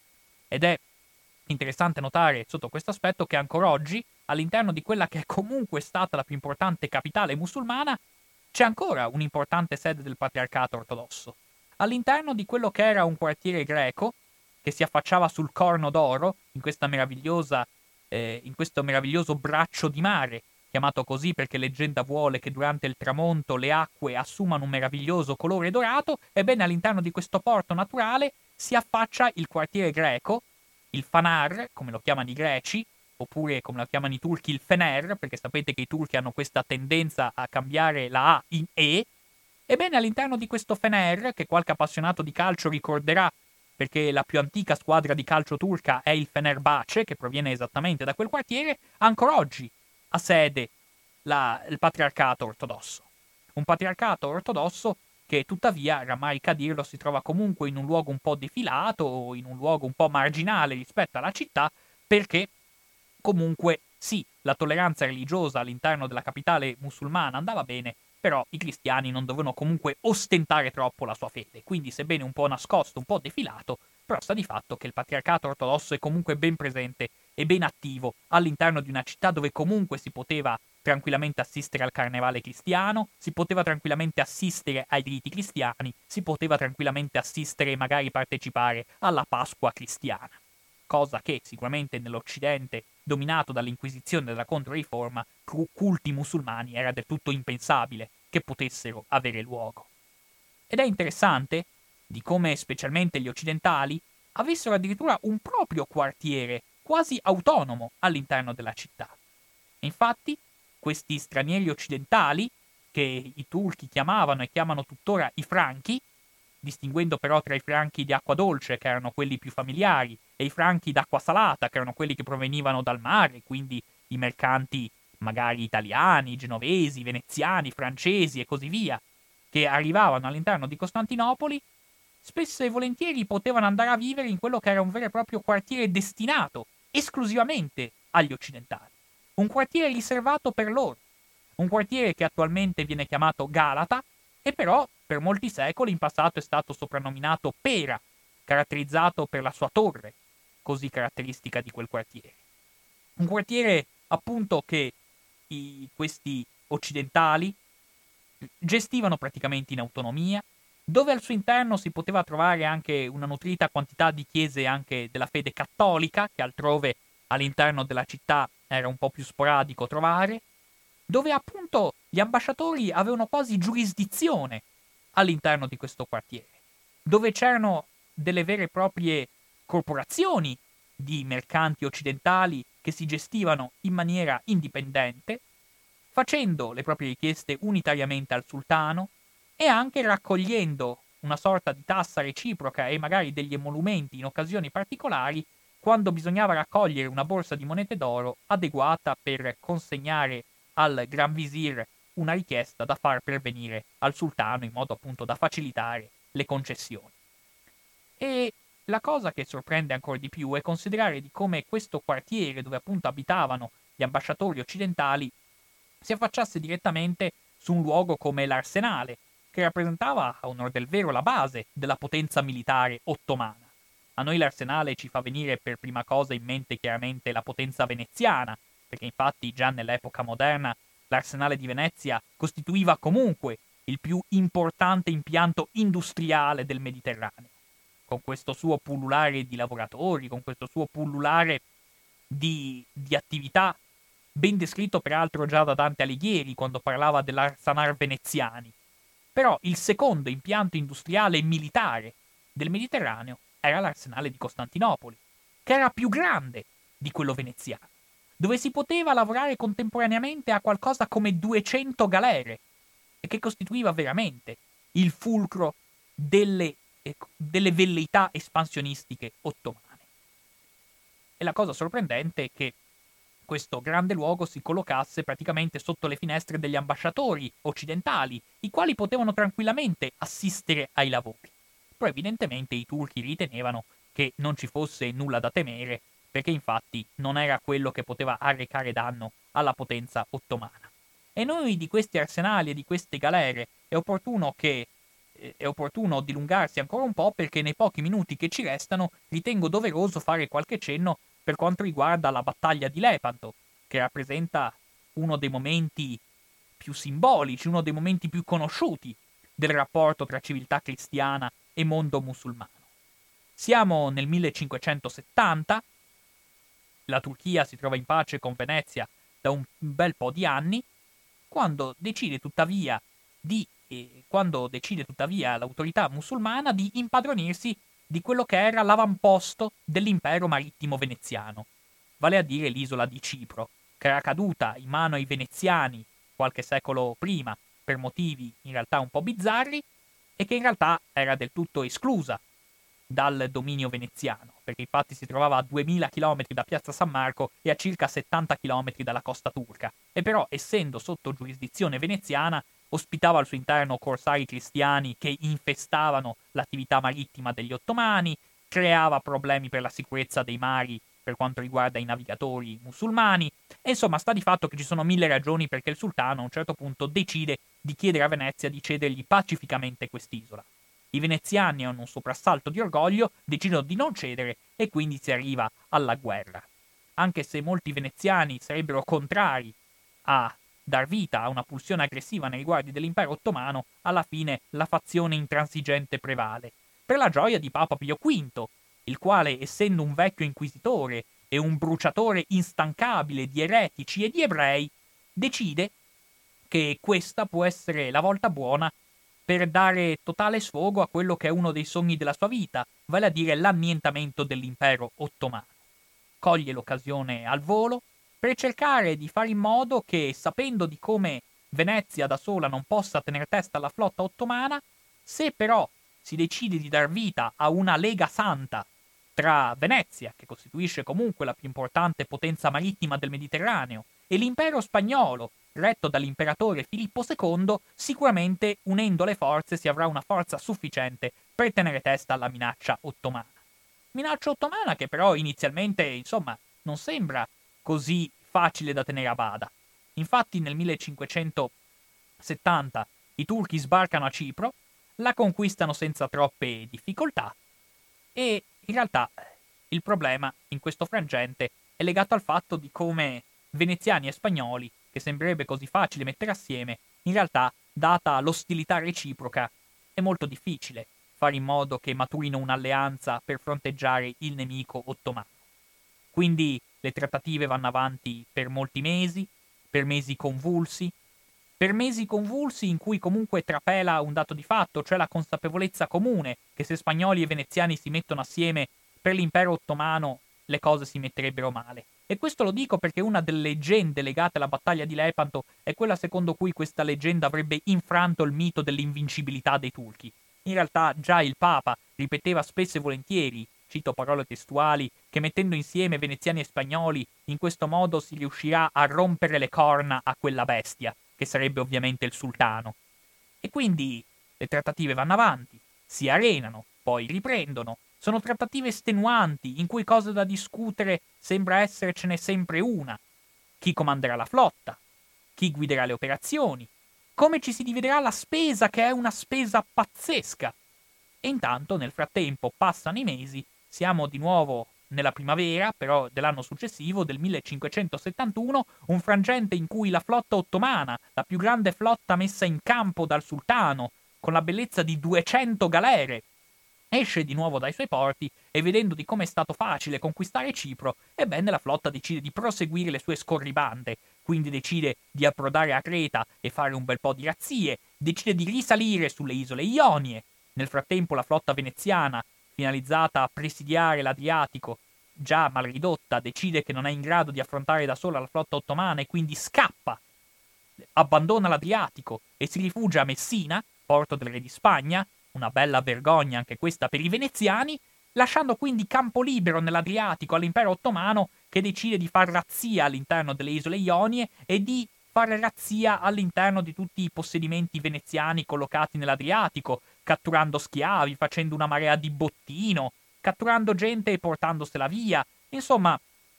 Ed è interessante notare sotto questo aspetto che ancora oggi, all'interno di quella che è comunque stata la più importante capitale musulmana, c'è ancora un'importante sede del patriarcato ortodosso. All'interno di quello che era un quartiere greco, che si affacciava sul Corno d'Oro, in questa meravigliosa, eh, in questo meraviglioso braccio di mare, chiamato così perché leggenda vuole che durante il tramonto le acque assumano un meraviglioso colore dorato, ebbene all'interno di questo porto naturale si affaccia il quartiere greco, il Fanar, come lo chiamano i greci, oppure come lo chiamano i turchi il Fener, perché sapete che i turchi hanno questa tendenza a cambiare la A in E. Ebbene, all'interno di questo Fener, che qualche appassionato di calcio ricorderà, perché la più antica squadra di calcio turca è il Fenerbahce, che proviene esattamente da quel quartiere, ancora oggi ha sede la, il patriarcato ortodosso. Un patriarcato ortodosso che tuttavia, rammarica a dirlo, si trova comunque in un luogo un po' defilato, in un luogo un po' marginale rispetto alla città, perché comunque sì, la tolleranza religiosa all'interno della capitale musulmana andava bene, però i cristiani non dovevano comunque ostentare troppo la sua fede, quindi sebbene un po' nascosto, un po' defilato, però sta di fatto che il patriarcato ortodosso è comunque ben presente e ben attivo all'interno di una città dove comunque si poteva tranquillamente assistere al carnevale cristiano, si poteva tranquillamente assistere ai riti cristiani, si poteva tranquillamente assistere e magari partecipare alla Pasqua cristiana. Cosa che sicuramente nell'Occidente, dominato dall'Inquisizione e dalla Controriforma, culti musulmani era del tutto impensabile che potessero avere luogo. Ed è interessante di come specialmente gli occidentali avessero addirittura un proprio quartiere quasi autonomo all'interno della città. Infatti, questi stranieri occidentali, che i turchi chiamavano e chiamano tuttora i franchi, distinguendo però tra i franchi di acqua dolce, che erano quelli più familiari, e i franchi d'acqua salata, che erano quelli che provenivano dal mare, quindi i mercanti magari italiani, genovesi, veneziani, francesi e così via, che arrivavano all'interno di Costantinopoli, spesso e volentieri potevano andare a vivere in quello che era un vero e proprio quartiere destinato esclusivamente agli occidentali. Un quartiere riservato per loro. Un quartiere che attualmente viene chiamato Galata e però per molti secoli in passato è stato soprannominato Pera, caratterizzato per la sua torre, così caratteristica di quel quartiere. Un quartiere appunto che i, questi occidentali gestivano praticamente in autonomia, dove al suo interno si poteva trovare anche una nutrita quantità di chiese anche della fede cattolica, che altrove all'interno della città era un po' più sporadico trovare, dove appunto gli ambasciatori avevano quasi giurisdizione all'interno di questo quartiere, dove c'erano delle vere e proprie corporazioni di mercanti occidentali che si gestivano in maniera indipendente, facendo le proprie richieste unitariamente al sultano e anche raccogliendo una sorta di tassa reciproca e magari degli emolumenti in occasioni particolari quando bisognava raccogliere una borsa di monete d'oro adeguata per consegnare al Gran Visir una richiesta da far pervenire al sultano in modo appunto da facilitare le concessioni. E la cosa che sorprende ancora di più è considerare di come questo quartiere dove appunto abitavano gli ambasciatori occidentali si affacciasse direttamente su un luogo come l'Arsenale, che rappresentava a onor del vero la base della potenza militare ottomana. A noi l'Arsenale ci fa venire per prima cosa in mente chiaramente la potenza veneziana, perché infatti già nell'epoca moderna l'arsenale di Venezia costituiva comunque il più importante impianto industriale del Mediterraneo, con questo suo pullulare di lavoratori, con questo suo pullulare di, di attività, ben descritto peraltro già da Dante Alighieri quando parlava dell'arsanar veneziani. Però il secondo impianto industriale e militare del Mediterraneo era l'arsenale di Costantinopoli, che era più grande di quello veneziano, dove si poteva lavorare contemporaneamente a qualcosa come duecento galere, e che costituiva veramente il fulcro delle, eh, delle velleità espansionistiche ottomane. E la cosa sorprendente è che questo grande luogo si collocasse praticamente sotto le finestre degli ambasciatori occidentali, i quali potevano tranquillamente assistere ai lavori. Però evidentemente i turchi ritenevano che non ci fosse nulla da temere, perché infatti non era quello che poteva arrecare danno alla potenza ottomana. E noi di questi arsenali e di queste galere è opportuno che eh, è opportuno dilungarsi ancora un po', perché nei pochi minuti che ci restano ritengo doveroso fare qualche cenno per quanto riguarda la battaglia di Lepanto, che rappresenta uno dei momenti più simbolici, uno dei momenti più conosciuti del rapporto tra civiltà cristiana e mondo musulmano. Siamo nel millecinquecentosettanta, la Turchia si trova in pace con Venezia da un bel po' di anni, quando decide tuttavia di eh, quando decide tuttavia l'autorità musulmana di impadronirsi di quello che era l'avamposto dell'impero marittimo veneziano, vale a dire l'isola di Cipro, che era caduta in mano ai veneziani qualche secolo prima per motivi in realtà un po' bizzarri, e che in realtà era del tutto esclusa dal dominio veneziano, perché infatti si trovava a duemila chilometri da Piazza San Marco e a circa settanta chilometri dalla costa turca, e però essendo sotto giurisdizione veneziana ospitava al suo interno corsari cristiani che infestavano l'attività marittima degli ottomani, creava problemi per la sicurezza dei mari per quanto riguarda i navigatori musulmani, e insomma sta di fatto che ci sono mille ragioni perché il sultano a un certo punto decide di chiedere a Venezia di cedergli pacificamente quest'isola. I veneziani hanno un soprassalto di orgoglio, decidono di non cedere e quindi si arriva alla guerra. Anche se molti veneziani sarebbero contrari a dar vita a una pulsione aggressiva nei riguardi dell'impero ottomano, alla fine la fazione intransigente prevale, per la gioia di Papa Pio quinto, il quale, essendo un vecchio inquisitore e un bruciatore instancabile di eretici e di ebrei, decide che questa può essere la volta buona per dare totale sfogo a quello che è uno dei sogni della sua vita, vale a dire l'annientamento dell'impero ottomano. Coglie l'occasione al volo per cercare di fare in modo che, sapendo di come Venezia da sola non possa tener testa alla flotta ottomana, se però si decide di dar vita a una lega santa tra Venezia, che costituisce comunque la più importante potenza marittima del Mediterraneo, e l'impero spagnolo, retto dall'imperatore Filippo secondo, sicuramente unendo le forze si avrà una forza sufficiente per tenere testa alla minaccia ottomana. Minaccia ottomana che però inizialmente, insomma, non sembra così facile da tenere a bada. Infatti nel millecinquecentosettanta i turchi sbarcano a Cipro, la conquistano senza troppe difficoltà e in realtà il problema in questo frangente è legato al fatto di come veneziani e spagnoli, che sembrerebbe così facile mettere assieme, in realtà, data l'ostilità reciproca, è molto difficile fare in modo che maturino un'alleanza per fronteggiare il nemico ottomano. Quindi le trattative vanno avanti per molti mesi, per mesi convulsi, per mesi convulsi in cui comunque trapela un dato di fatto, cioè la consapevolezza comune che se spagnoli e veneziani si mettono assieme per l'impero ottomano le cose si metterebbero male. E questo lo dico perché una delle leggende legate alla battaglia di Lepanto è quella secondo cui questa leggenda avrebbe infranto il mito dell'invincibilità dei turchi. In realtà già il Papa ripeteva spesso e volentieri, cito parole testuali, che mettendo insieme veneziani e spagnoli in questo modo si riuscirà a rompere le corna a quella bestia, che sarebbe ovviamente il sultano. E quindi le trattative vanno avanti, si arenano, poi riprendono. Sono trattative estenuanti, in cui cosa da discutere sembra essercene sempre una. Chi comanderà la flotta? Chi guiderà le operazioni? Come ci si dividerà la spesa, che è una spesa pazzesca? E intanto, nel frattempo, passano i mesi, siamo di nuovo nella primavera, però dell'anno successivo, del millecinquecentosettantuno, un frangente in cui la flotta ottomana, la più grande flotta messa in campo dal sultano, con la bellezza di duecento galere, esce di nuovo dai suoi porti e vedendo di come è stato facile conquistare Cipro, ebbene la flotta decide di proseguire le sue scorribande, quindi decide di approdare a Creta e fare un bel po' di razzie, decide di risalire sulle isole Ionie. Nel frattempo la flotta veneziana, finalizzata a presidiare l'Adriatico, già mal ridotta, decide che non è in grado di affrontare da sola la flotta ottomana e quindi scappa, abbandona l'Adriatico e si rifugia a Messina, porto del re di Spagna, una bella vergogna anche questa per i veneziani, lasciando quindi campo libero nell'Adriatico all'impero ottomano che decide di far razzia all'interno delle isole Ionie e di fare razzia all'interno di tutti i possedimenti veneziani collocati nell'Adriatico, catturando schiavi, facendo una marea di bottino, catturando gente e portandosela via. Insomma,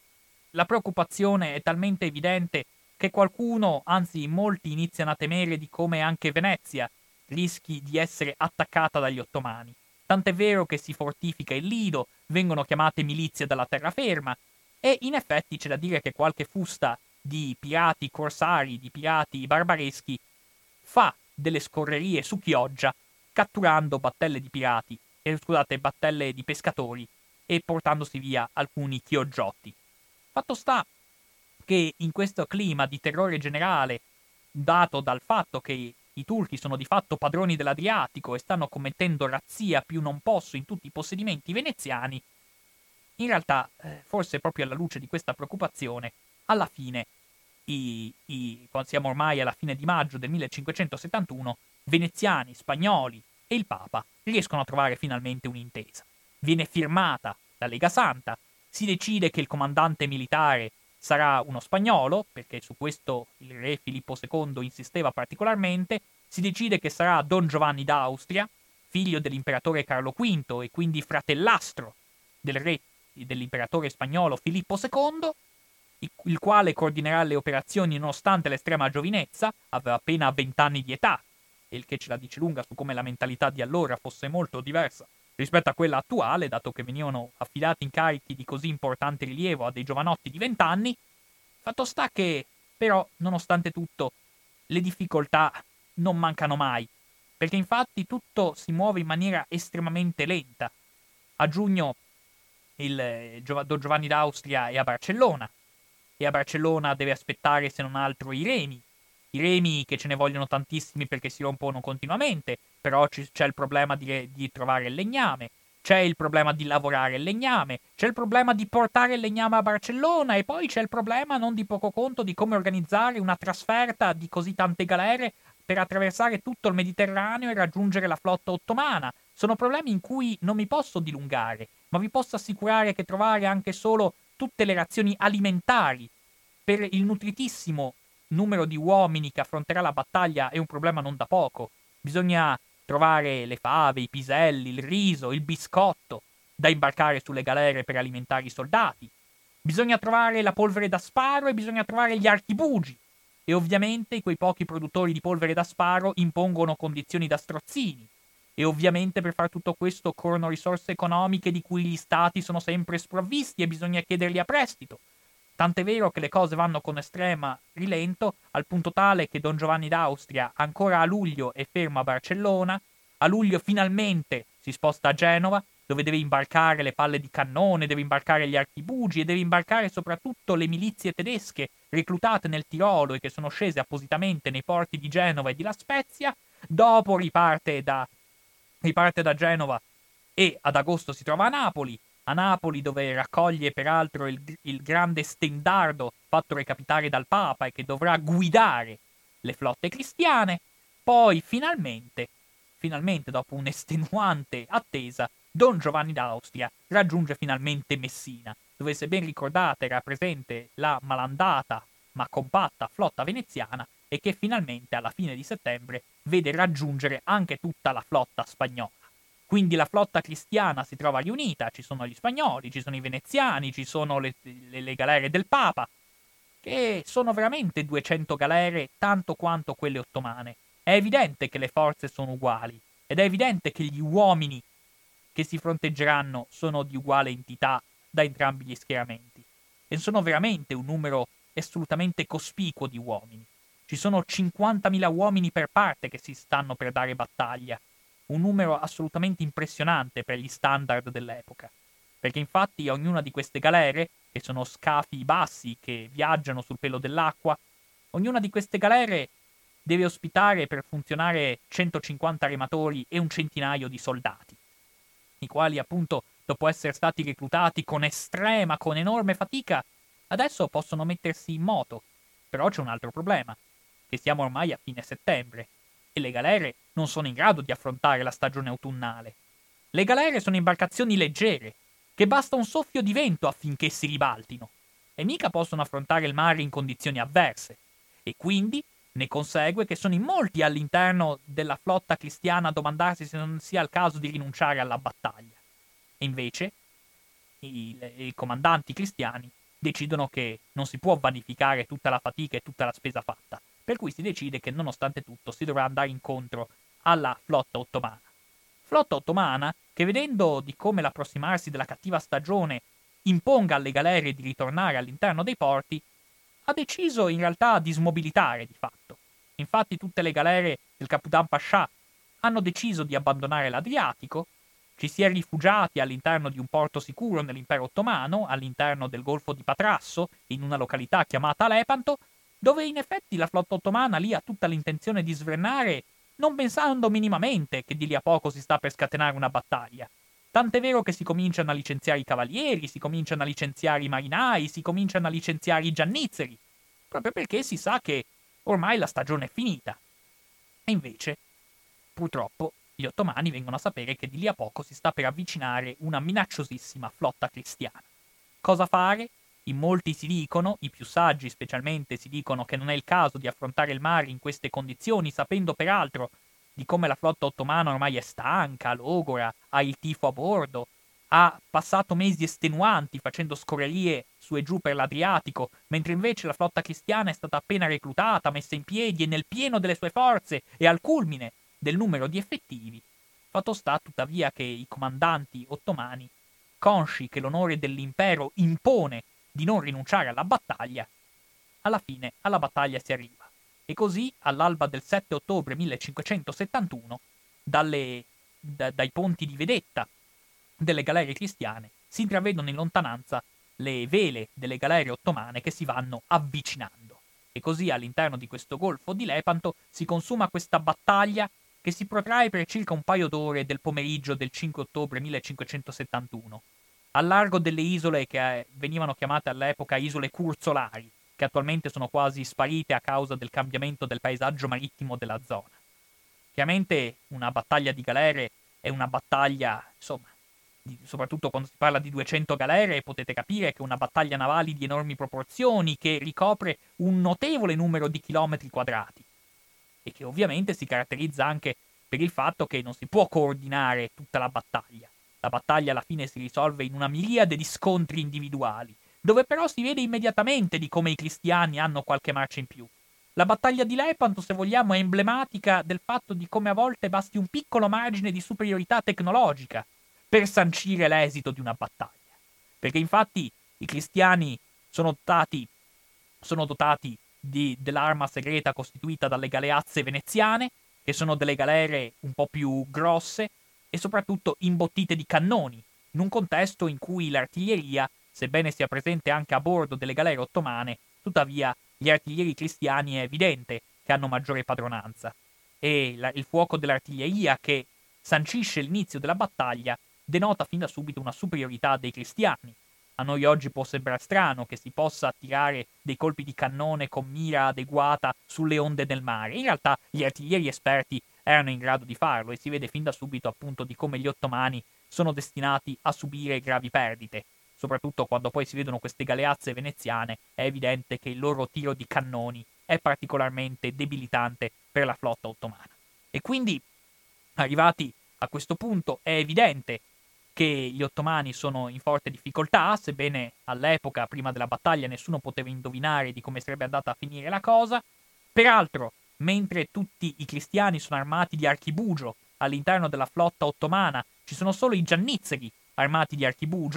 la preoccupazione è talmente evidente che qualcuno, anzi molti, iniziano a temere di come anche Venezia rischi di essere attaccata dagli ottomani. Tant'è vero che si fortifica il Lido, vengono chiamate milizie dalla terraferma, e in effetti c'è da dire che qualche fusta di pirati corsari, di pirati barbareschi, fa delle scorrerie su Chioggia, catturando battelle di pirati, eh, scusate, battelle di pescatori, e portandosi via alcuni chioggiotti. Fatto sta che in questo clima di terrore generale, dato dal fatto che i turchi sono di fatto padroni dell'Adriatico e stanno commettendo razzia più non posso in tutti i possedimenti veneziani, in realtà, eh, forse proprio alla luce di questa preoccupazione, alla fine, i, i, quando siamo ormai alla fine di maggio del millecinquecentosettantuno, veneziani, spagnoli e il Papa riescono a trovare finalmente un'intesa. Viene firmata la Lega Santa, si decide che il comandante militare sarà uno spagnolo, perché su questo il re Filippo secondo insisteva particolarmente, si decide che sarà Don Giovanni d'Austria, figlio dell'imperatore Carlo quinto e quindi fratellastro del re dell'imperatore spagnolo Filippo secondo, il quale coordinerà le operazioni nonostante l'estrema giovinezza, aveva appena vent'anni di età, il che ce la dice lunga su come la mentalità di allora fosse molto diversa rispetto a quella attuale, dato che venivano affidati incarichi di così importante rilievo a dei giovanotti di vent'anni. Fatto sta che, però, nonostante tutto, le difficoltà non mancano mai, perché infatti tutto si muove in maniera estremamente lenta. A giugno il Don Giovanni d'Austria è a Barcellona, e a Barcellona deve aspettare se non altro i remi. I remi che ce ne vogliono tantissimi perché si rompono continuamente, però c'è il problema di, di trovare il legname, c'è il problema di lavorare il legname, c'è il problema di portare il legname a Barcellona e poi c'è il problema non di poco conto di come organizzare una trasferta di così tante galere per attraversare tutto il Mediterraneo e raggiungere la flotta ottomana. Sono problemi in cui non mi posso dilungare, ma vi posso assicurare che trovare anche solo tutte le razioni alimentari per il nutritissimo numero di uomini che affronterà la battaglia è un problema non da poco. Bisogna trovare le fave, i piselli, il riso, il biscotto da imbarcare sulle galere per alimentare i soldati. Bisogna trovare la polvere da sparo e bisogna trovare gli archibugi. E ovviamente quei pochi produttori di polvere da sparo impongono condizioni da strozzini. E ovviamente per fare tutto questo occorrono risorse economiche di cui gli stati sono sempre sprovvisti e bisogna chiederli a prestito. Tant'è vero che le cose vanno con estrema rilento, al punto tale che Don Giovanni d'Austria ancora a luglio è fermo a Barcellona, a luglio finalmente si sposta a Genova, dove deve imbarcare le palle di cannone, deve imbarcare gli archibugi e deve imbarcare soprattutto le milizie tedesche reclutate nel Tirolo e che sono scese appositamente nei porti di Genova e di La Spezia. Dopo riparte da, riparte da Genova e ad agosto si trova a Napoli, a Napoli dove raccoglie peraltro il, il grande stendardo fatto recapitare dal Papa e che dovrà guidare le flotte cristiane. Poi finalmente, finalmente dopo un'estenuante attesa, Don Giovanni d'Austria raggiunge finalmente Messina, dove se ben ricordate era presente la malandata ma compatta flotta veneziana e che finalmente alla fine di settembre vede raggiungere anche tutta la flotta spagnola. Quindi la flotta cristiana si trova riunita, ci sono gli spagnoli, ci sono i veneziani, ci sono le, le, le galere del Papa, che sono veramente duecento galere, tanto quanto quelle ottomane. È evidente che le forze sono uguali, ed è evidente che gli uomini che si fronteggeranno sono di uguale entità da entrambi gli schieramenti. E sono veramente un numero assolutamente cospicuo di uomini. Ci sono cinquantamila uomini per parte che si stanno per dare battaglia, un numero assolutamente impressionante per gli standard dell'epoca, perché infatti ognuna di queste galere, che sono scafi bassi che viaggiano sul pelo dell'acqua, ognuna di queste galere deve ospitare per funzionare centocinquanta rematori e un centinaio di soldati, i quali appunto, dopo essere stati reclutati con estrema, con enorme fatica, adesso possono mettersi in moto. Però c'è un altro problema, che siamo ormai a fine settembre e le galere non sono in grado di affrontare la stagione autunnale. Le galere sono imbarcazioni leggere, che basta un soffio di vento affinché si ribaltino, e mica possono affrontare il mare in condizioni avverse, e quindi ne consegue che sono in molti all'interno della flotta cristiana a domandarsi se non sia il caso di rinunciare alla battaglia. E invece i, i comandanti cristiani decidono che non si può vanificare tutta la fatica e tutta la spesa fatta, per cui si decide che nonostante tutto si dovrà andare incontro alla flotta ottomana. Flotta ottomana che, vedendo di come l'approssimarsi della cattiva stagione imponga alle galere di ritornare all'interno dei porti, ha deciso in realtà di smobilitare di fatto. Infatti tutte le galere del Capitan Pascià hanno deciso di abbandonare l'Adriatico, ci si è rifugiati all'interno di un porto sicuro nell'impero ottomano, all'interno del Golfo di Patrasso, in una località chiamata Lepanto, dove in effetti la flotta ottomana lì ha tutta l'intenzione di svernare, non pensando minimamente che di lì a poco si sta per scatenare una battaglia. Tant'è vero che si cominciano a licenziare i cavalieri, si cominciano a licenziare i marinai, si cominciano a licenziare i giannizzeri, proprio perché si sa che ormai la stagione è finita. E invece, purtroppo, gli ottomani vengono a sapere che di lì a poco si sta per avvicinare una minacciosissima flotta cristiana. Cosa fare? In molti si dicono, i più saggi specialmente si dicono che non è il caso di affrontare il mare in queste condizioni, sapendo peraltro di come la flotta ottomana ormai è stanca, logora, ha il tifo a bordo, ha passato mesi estenuanti facendo scorrerie su e giù per l'Adriatico, mentre invece la flotta cristiana è stata appena reclutata, messa in piedi e nel pieno delle sue forze e al culmine del numero di effettivi. Fatto sta tuttavia che i comandanti ottomani, consci che l'onore dell'impero impone di non rinunciare alla battaglia, alla fine alla battaglia si arriva. E così, all'alba del sette ottobre millecinquecentosettantuno, dalle, da, dai ponti di vedetta delle galere cristiane si intravedono in lontananza le vele delle galere ottomane che si vanno avvicinando. E così all'interno di questo golfo di Lepanto si consuma questa battaglia che si protrae per circa un paio d'ore del pomeriggio del cinque ottobre millecinquecentosettantuno, al largo delle isole che venivano chiamate all'epoca isole curzolari, che attualmente sono quasi sparite a causa del cambiamento del paesaggio marittimo della zona. Chiaramente una battaglia di galere è una battaglia, insomma, di, soprattutto quando si parla di duecento galere, potete capire che è una battaglia navale di enormi proporzioni, che ricopre un notevole numero di chilometri quadrati e che ovviamente si caratterizza anche per il fatto che non si può coordinare tutta la battaglia. La battaglia alla fine si risolve in una miriade di scontri individuali, dove però si vede immediatamente di come i cristiani hanno qualche marcia in più. La battaglia di Lepanto, se vogliamo, è emblematica del fatto di come a volte basti un piccolo margine di superiorità tecnologica per sancire l'esito di una battaglia. Perché infatti i cristiani sono dotati, sono dotati di, dell'arma segreta costituita dalle galeazze veneziane, che sono delle galere un po' più grosse e soprattutto imbottite di cannoni, in un contesto in cui l'artiglieria, sebbene sia presente anche a bordo delle galere ottomane, tuttavia gli artiglieri cristiani è evidente che hanno maggiore padronanza. E la, il fuoco dell'artiglieria, che sancisce l'inizio della battaglia, denota fin da subito una superiorità dei cristiani. A noi oggi può sembrare strano che si possa tirare dei colpi di cannone con mira adeguata sulle onde del mare. In realtà gli artiglieri esperti erano in grado di farlo e si vede fin da subito appunto di come gli ottomani sono destinati a subire gravi perdite. Soprattutto quando poi si vedono queste galeazze veneziane, è evidente che il loro tiro di cannoni è particolarmente debilitante per la flotta ottomana. E quindi, arrivati a questo punto, è evidente che gli ottomani sono in forte difficoltà, sebbene all'epoca, prima della battaglia, nessuno poteva indovinare di come sarebbe andata a finire la cosa. Peraltro, mentre tutti i cristiani sono armati di archibugio all'interno della flotta ottomana, ci sono solo i giannizzeri armati di archibugio,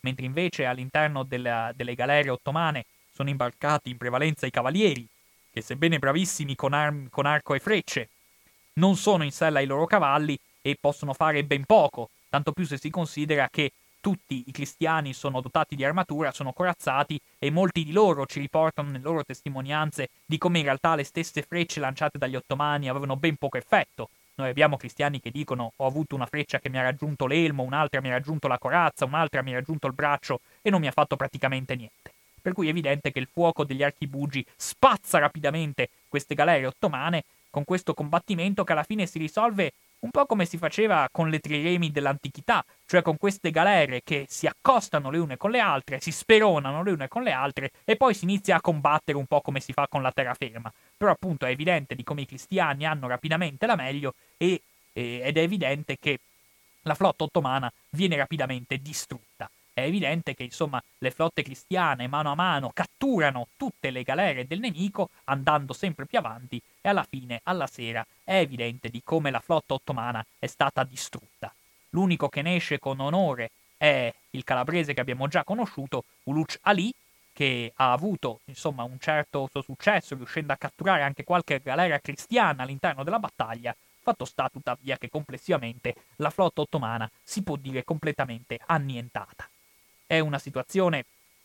mentre invece all'interno della, delle galere ottomane sono imbarcati in prevalenza i cavalieri, che sebbene bravissimi con, arm- con arco e frecce, non sono in sella ai loro cavalli e possono fare ben poco, tanto più se si considera che tutti i cristiani sono dotati di armatura, sono corazzati e molti di loro ci riportano nelle loro testimonianze di come in realtà le stesse frecce lanciate dagli ottomani avevano ben poco effetto. Noi abbiamo cristiani che dicono ho avuto una freccia che mi ha raggiunto l'elmo, un'altra mi ha raggiunto la corazza, un'altra mi ha raggiunto il braccio e non mi ha fatto praticamente niente. Per cui è evidente che il fuoco degli archibugi spazza rapidamente queste galere ottomane con questo combattimento che alla fine si risolve un po' come si faceva con le triremi dell'antichità, cioè con queste galere che si accostano le une con le altre, si speronano le une con le altre e poi si inizia a combattere un po' come si fa con la terraferma. Però appunto è evidente di come i cristiani hanno rapidamente la meglio e, e, ed è evidente che la flotta ottomana viene rapidamente distrutta. È evidente che, insomma, le flotte cristiane mano a mano catturano tutte le galere del nemico, andando sempre più avanti, e alla fine, alla sera, è evidente di come la flotta ottomana è stata distrutta. L'unico che ne esce con onore è il calabrese che abbiamo già conosciuto, Uluç Ali, che ha avuto, insomma, un certo suo successo, riuscendo a catturare anche qualche galera cristiana all'interno della battaglia. Fatto sta, tuttavia, che complessivamente la flotta ottomana si può dire completamente annientata. È una situazione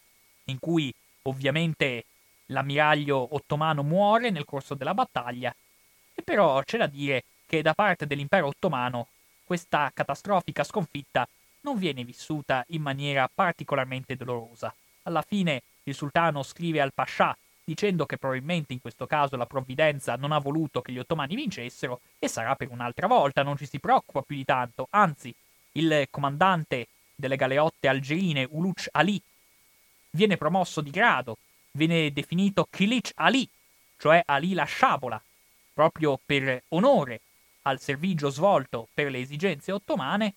in cui ovviamente l'ammiraglio ottomano muore nel corso della battaglia, e però c'è da dire che da parte dell'impero ottomano questa catastrofica sconfitta non viene vissuta in maniera particolarmente dolorosa. Alla fine il sultano scrive al pascià dicendo che probabilmente in questo caso la provvidenza non ha voluto che gli ottomani vincessero e sarà per un'altra volta, non ci si preoccupa più di tanto, anzi il comandante delle galeotte algerine Uluç Ali viene promosso di grado, viene definito Kiliç Ali, cioè Ali la sciabola, proprio per onore al servigio svolto per le esigenze ottomane.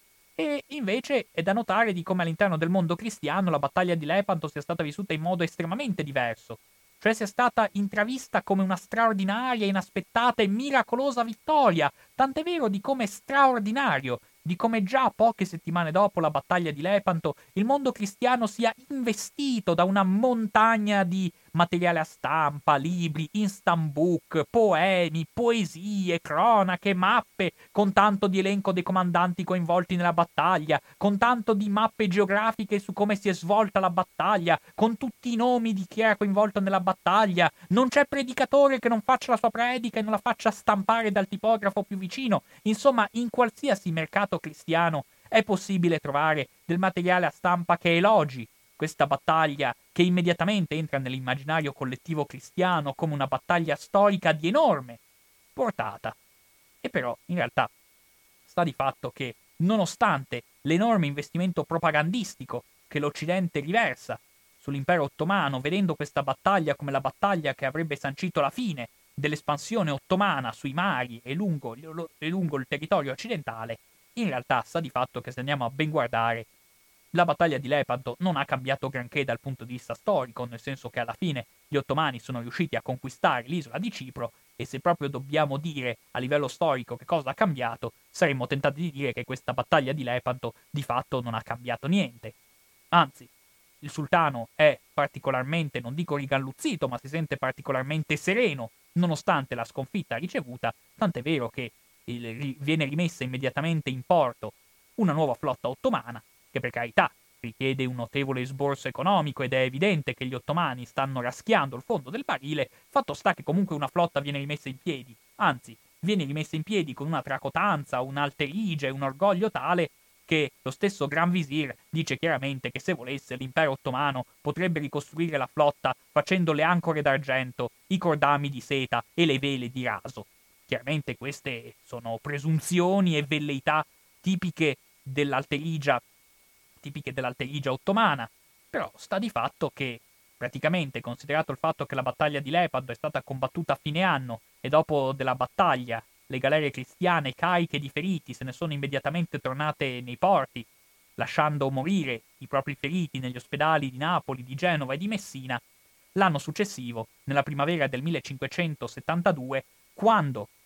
E invece è da notare di come all'interno del mondo cristiano la battaglia di Lepanto sia stata vissuta in modo estremamente diverso, cioè sia stata intravista come una straordinaria, inaspettata e miracolosa vittoria, tant'è vero di come è straordinario, di come già poche settimane dopo la battaglia di Lepanto il mondo cristiano sia investito da una montagna di materiale a stampa, libri, instant book, poemi, poesie, cronache, mappe, con tanto di elenco dei comandanti coinvolti nella battaglia, con tanto di mappe geografiche su come si è svolta la battaglia, con tutti i nomi di chi era coinvolto nella battaglia. Non c'è predicatore che non faccia la sua predica e non la faccia stampare dal tipografo più vicino. Insomma, in qualsiasi mercato cristiano è possibile trovare del materiale a stampa che elogi questa battaglia, che immediatamente entra nell'immaginario collettivo cristiano come una battaglia storica di enorme portata. E però, in realtà, sta di fatto che, nonostante l'enorme investimento propagandistico che l'Occidente riversa sull'impero ottomano, vedendo questa battaglia come la battaglia che avrebbe sancito la fine dell'espansione ottomana sui mari e lungo, e lungo il territorio occidentale, in realtà sta di fatto che, se andiamo a ben guardare, la battaglia di Lepanto non ha cambiato granché dal punto di vista storico, nel senso che alla fine gli ottomani sono riusciti a conquistare l'isola di Cipro, e se proprio dobbiamo dire a livello storico che cosa ha cambiato, saremmo tentati di dire che questa battaglia di Lepanto di fatto non ha cambiato niente. Anzi, il sultano è particolarmente, non dico rigalluzzito, ma si sente particolarmente sereno nonostante la sconfitta ricevuta, tant'è vero che il, viene rimessa immediatamente in porto una nuova flotta ottomana, che per carità richiede un notevole esborso economico ed è evidente che gli ottomani stanno raschiando il fondo del barile. Fatto sta che comunque una flotta viene rimessa in piedi, anzi viene rimessa in piedi con una tracotanza, un'alterigia e un orgoglio tale che lo stesso Gran Visir dice chiaramente che, se volesse, l'impero ottomano potrebbe ricostruire la flotta facendo le ancore d'argento, i cordami di seta e le vele di raso. Chiaramente queste sono presunzioni e velleità tipiche dell'alterigia tipiche dell'alterigia ottomana, però sta di fatto che, praticamente, considerato il fatto che la battaglia di Lepanto è stata combattuta a fine anno e dopo della battaglia le galere cristiane cariche di feriti se ne sono immediatamente tornate nei porti, lasciando morire i propri feriti negli ospedali di Napoli, di Genova e di Messina, l'anno successivo, nella primavera del millecinquecentosettantadue, quando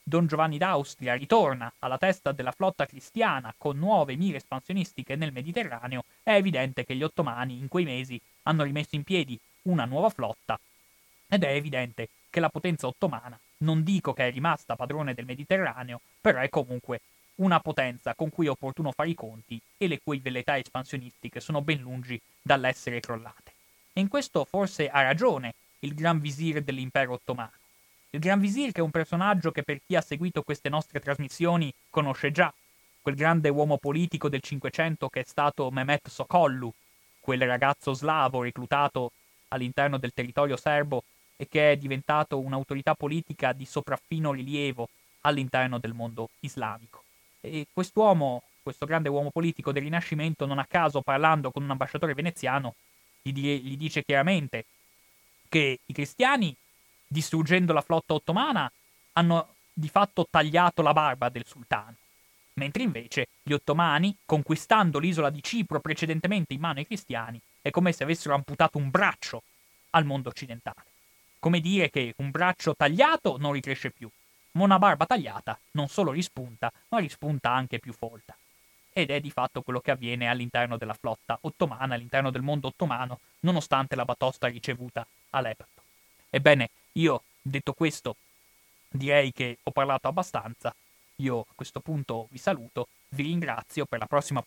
Don Giovanni d'Austria ritorna alla testa della flotta cristiana con nuove mire espansionistiche nel Mediterraneo, è evidente che gli ottomani in quei mesi hanno rimesso in piedi una nuova flotta ed è evidente che la potenza ottomana, non dico che è rimasta padrone del Mediterraneo, però è comunque una potenza con cui è opportuno fare i conti e le cui velleità espansionistiche sono ben lungi dall'essere crollate. E in questo forse ha ragione il Gran Visir dell'impero ottomano. Il Gran Visir, che è un personaggio che per chi ha seguito queste nostre trasmissioni conosce già, quel grande uomo politico del Cinquecento che è stato Mehmet Sokollu, quel ragazzo slavo reclutato all'interno del territorio serbo e che è diventato un'autorità politica di sopraffino rilievo all'interno del mondo islamico. E quest'uomo, questo grande uomo politico del Rinascimento, non a caso parlando con un ambasciatore veneziano, gli, di- gli dice chiaramente che i cristiani, distruggendo la flotta ottomana, hanno di fatto tagliato la barba del sultano, mentre invece gli ottomani, conquistando l'isola di Cipro precedentemente in mano ai cristiani, è come se avessero amputato un braccio al mondo occidentale. Come dire che un braccio tagliato non ricresce più, ma una barba tagliata non solo rispunta, ma rispunta anche più folta. Ed è di fatto quello che avviene all'interno della flotta ottomana, all'interno del mondo ottomano, nonostante la batosta ricevuta a Lepanto. Ebbene, io, detto questo, direi che ho parlato abbastanza. Io a questo punto vi saluto, vi ringrazio per la prossima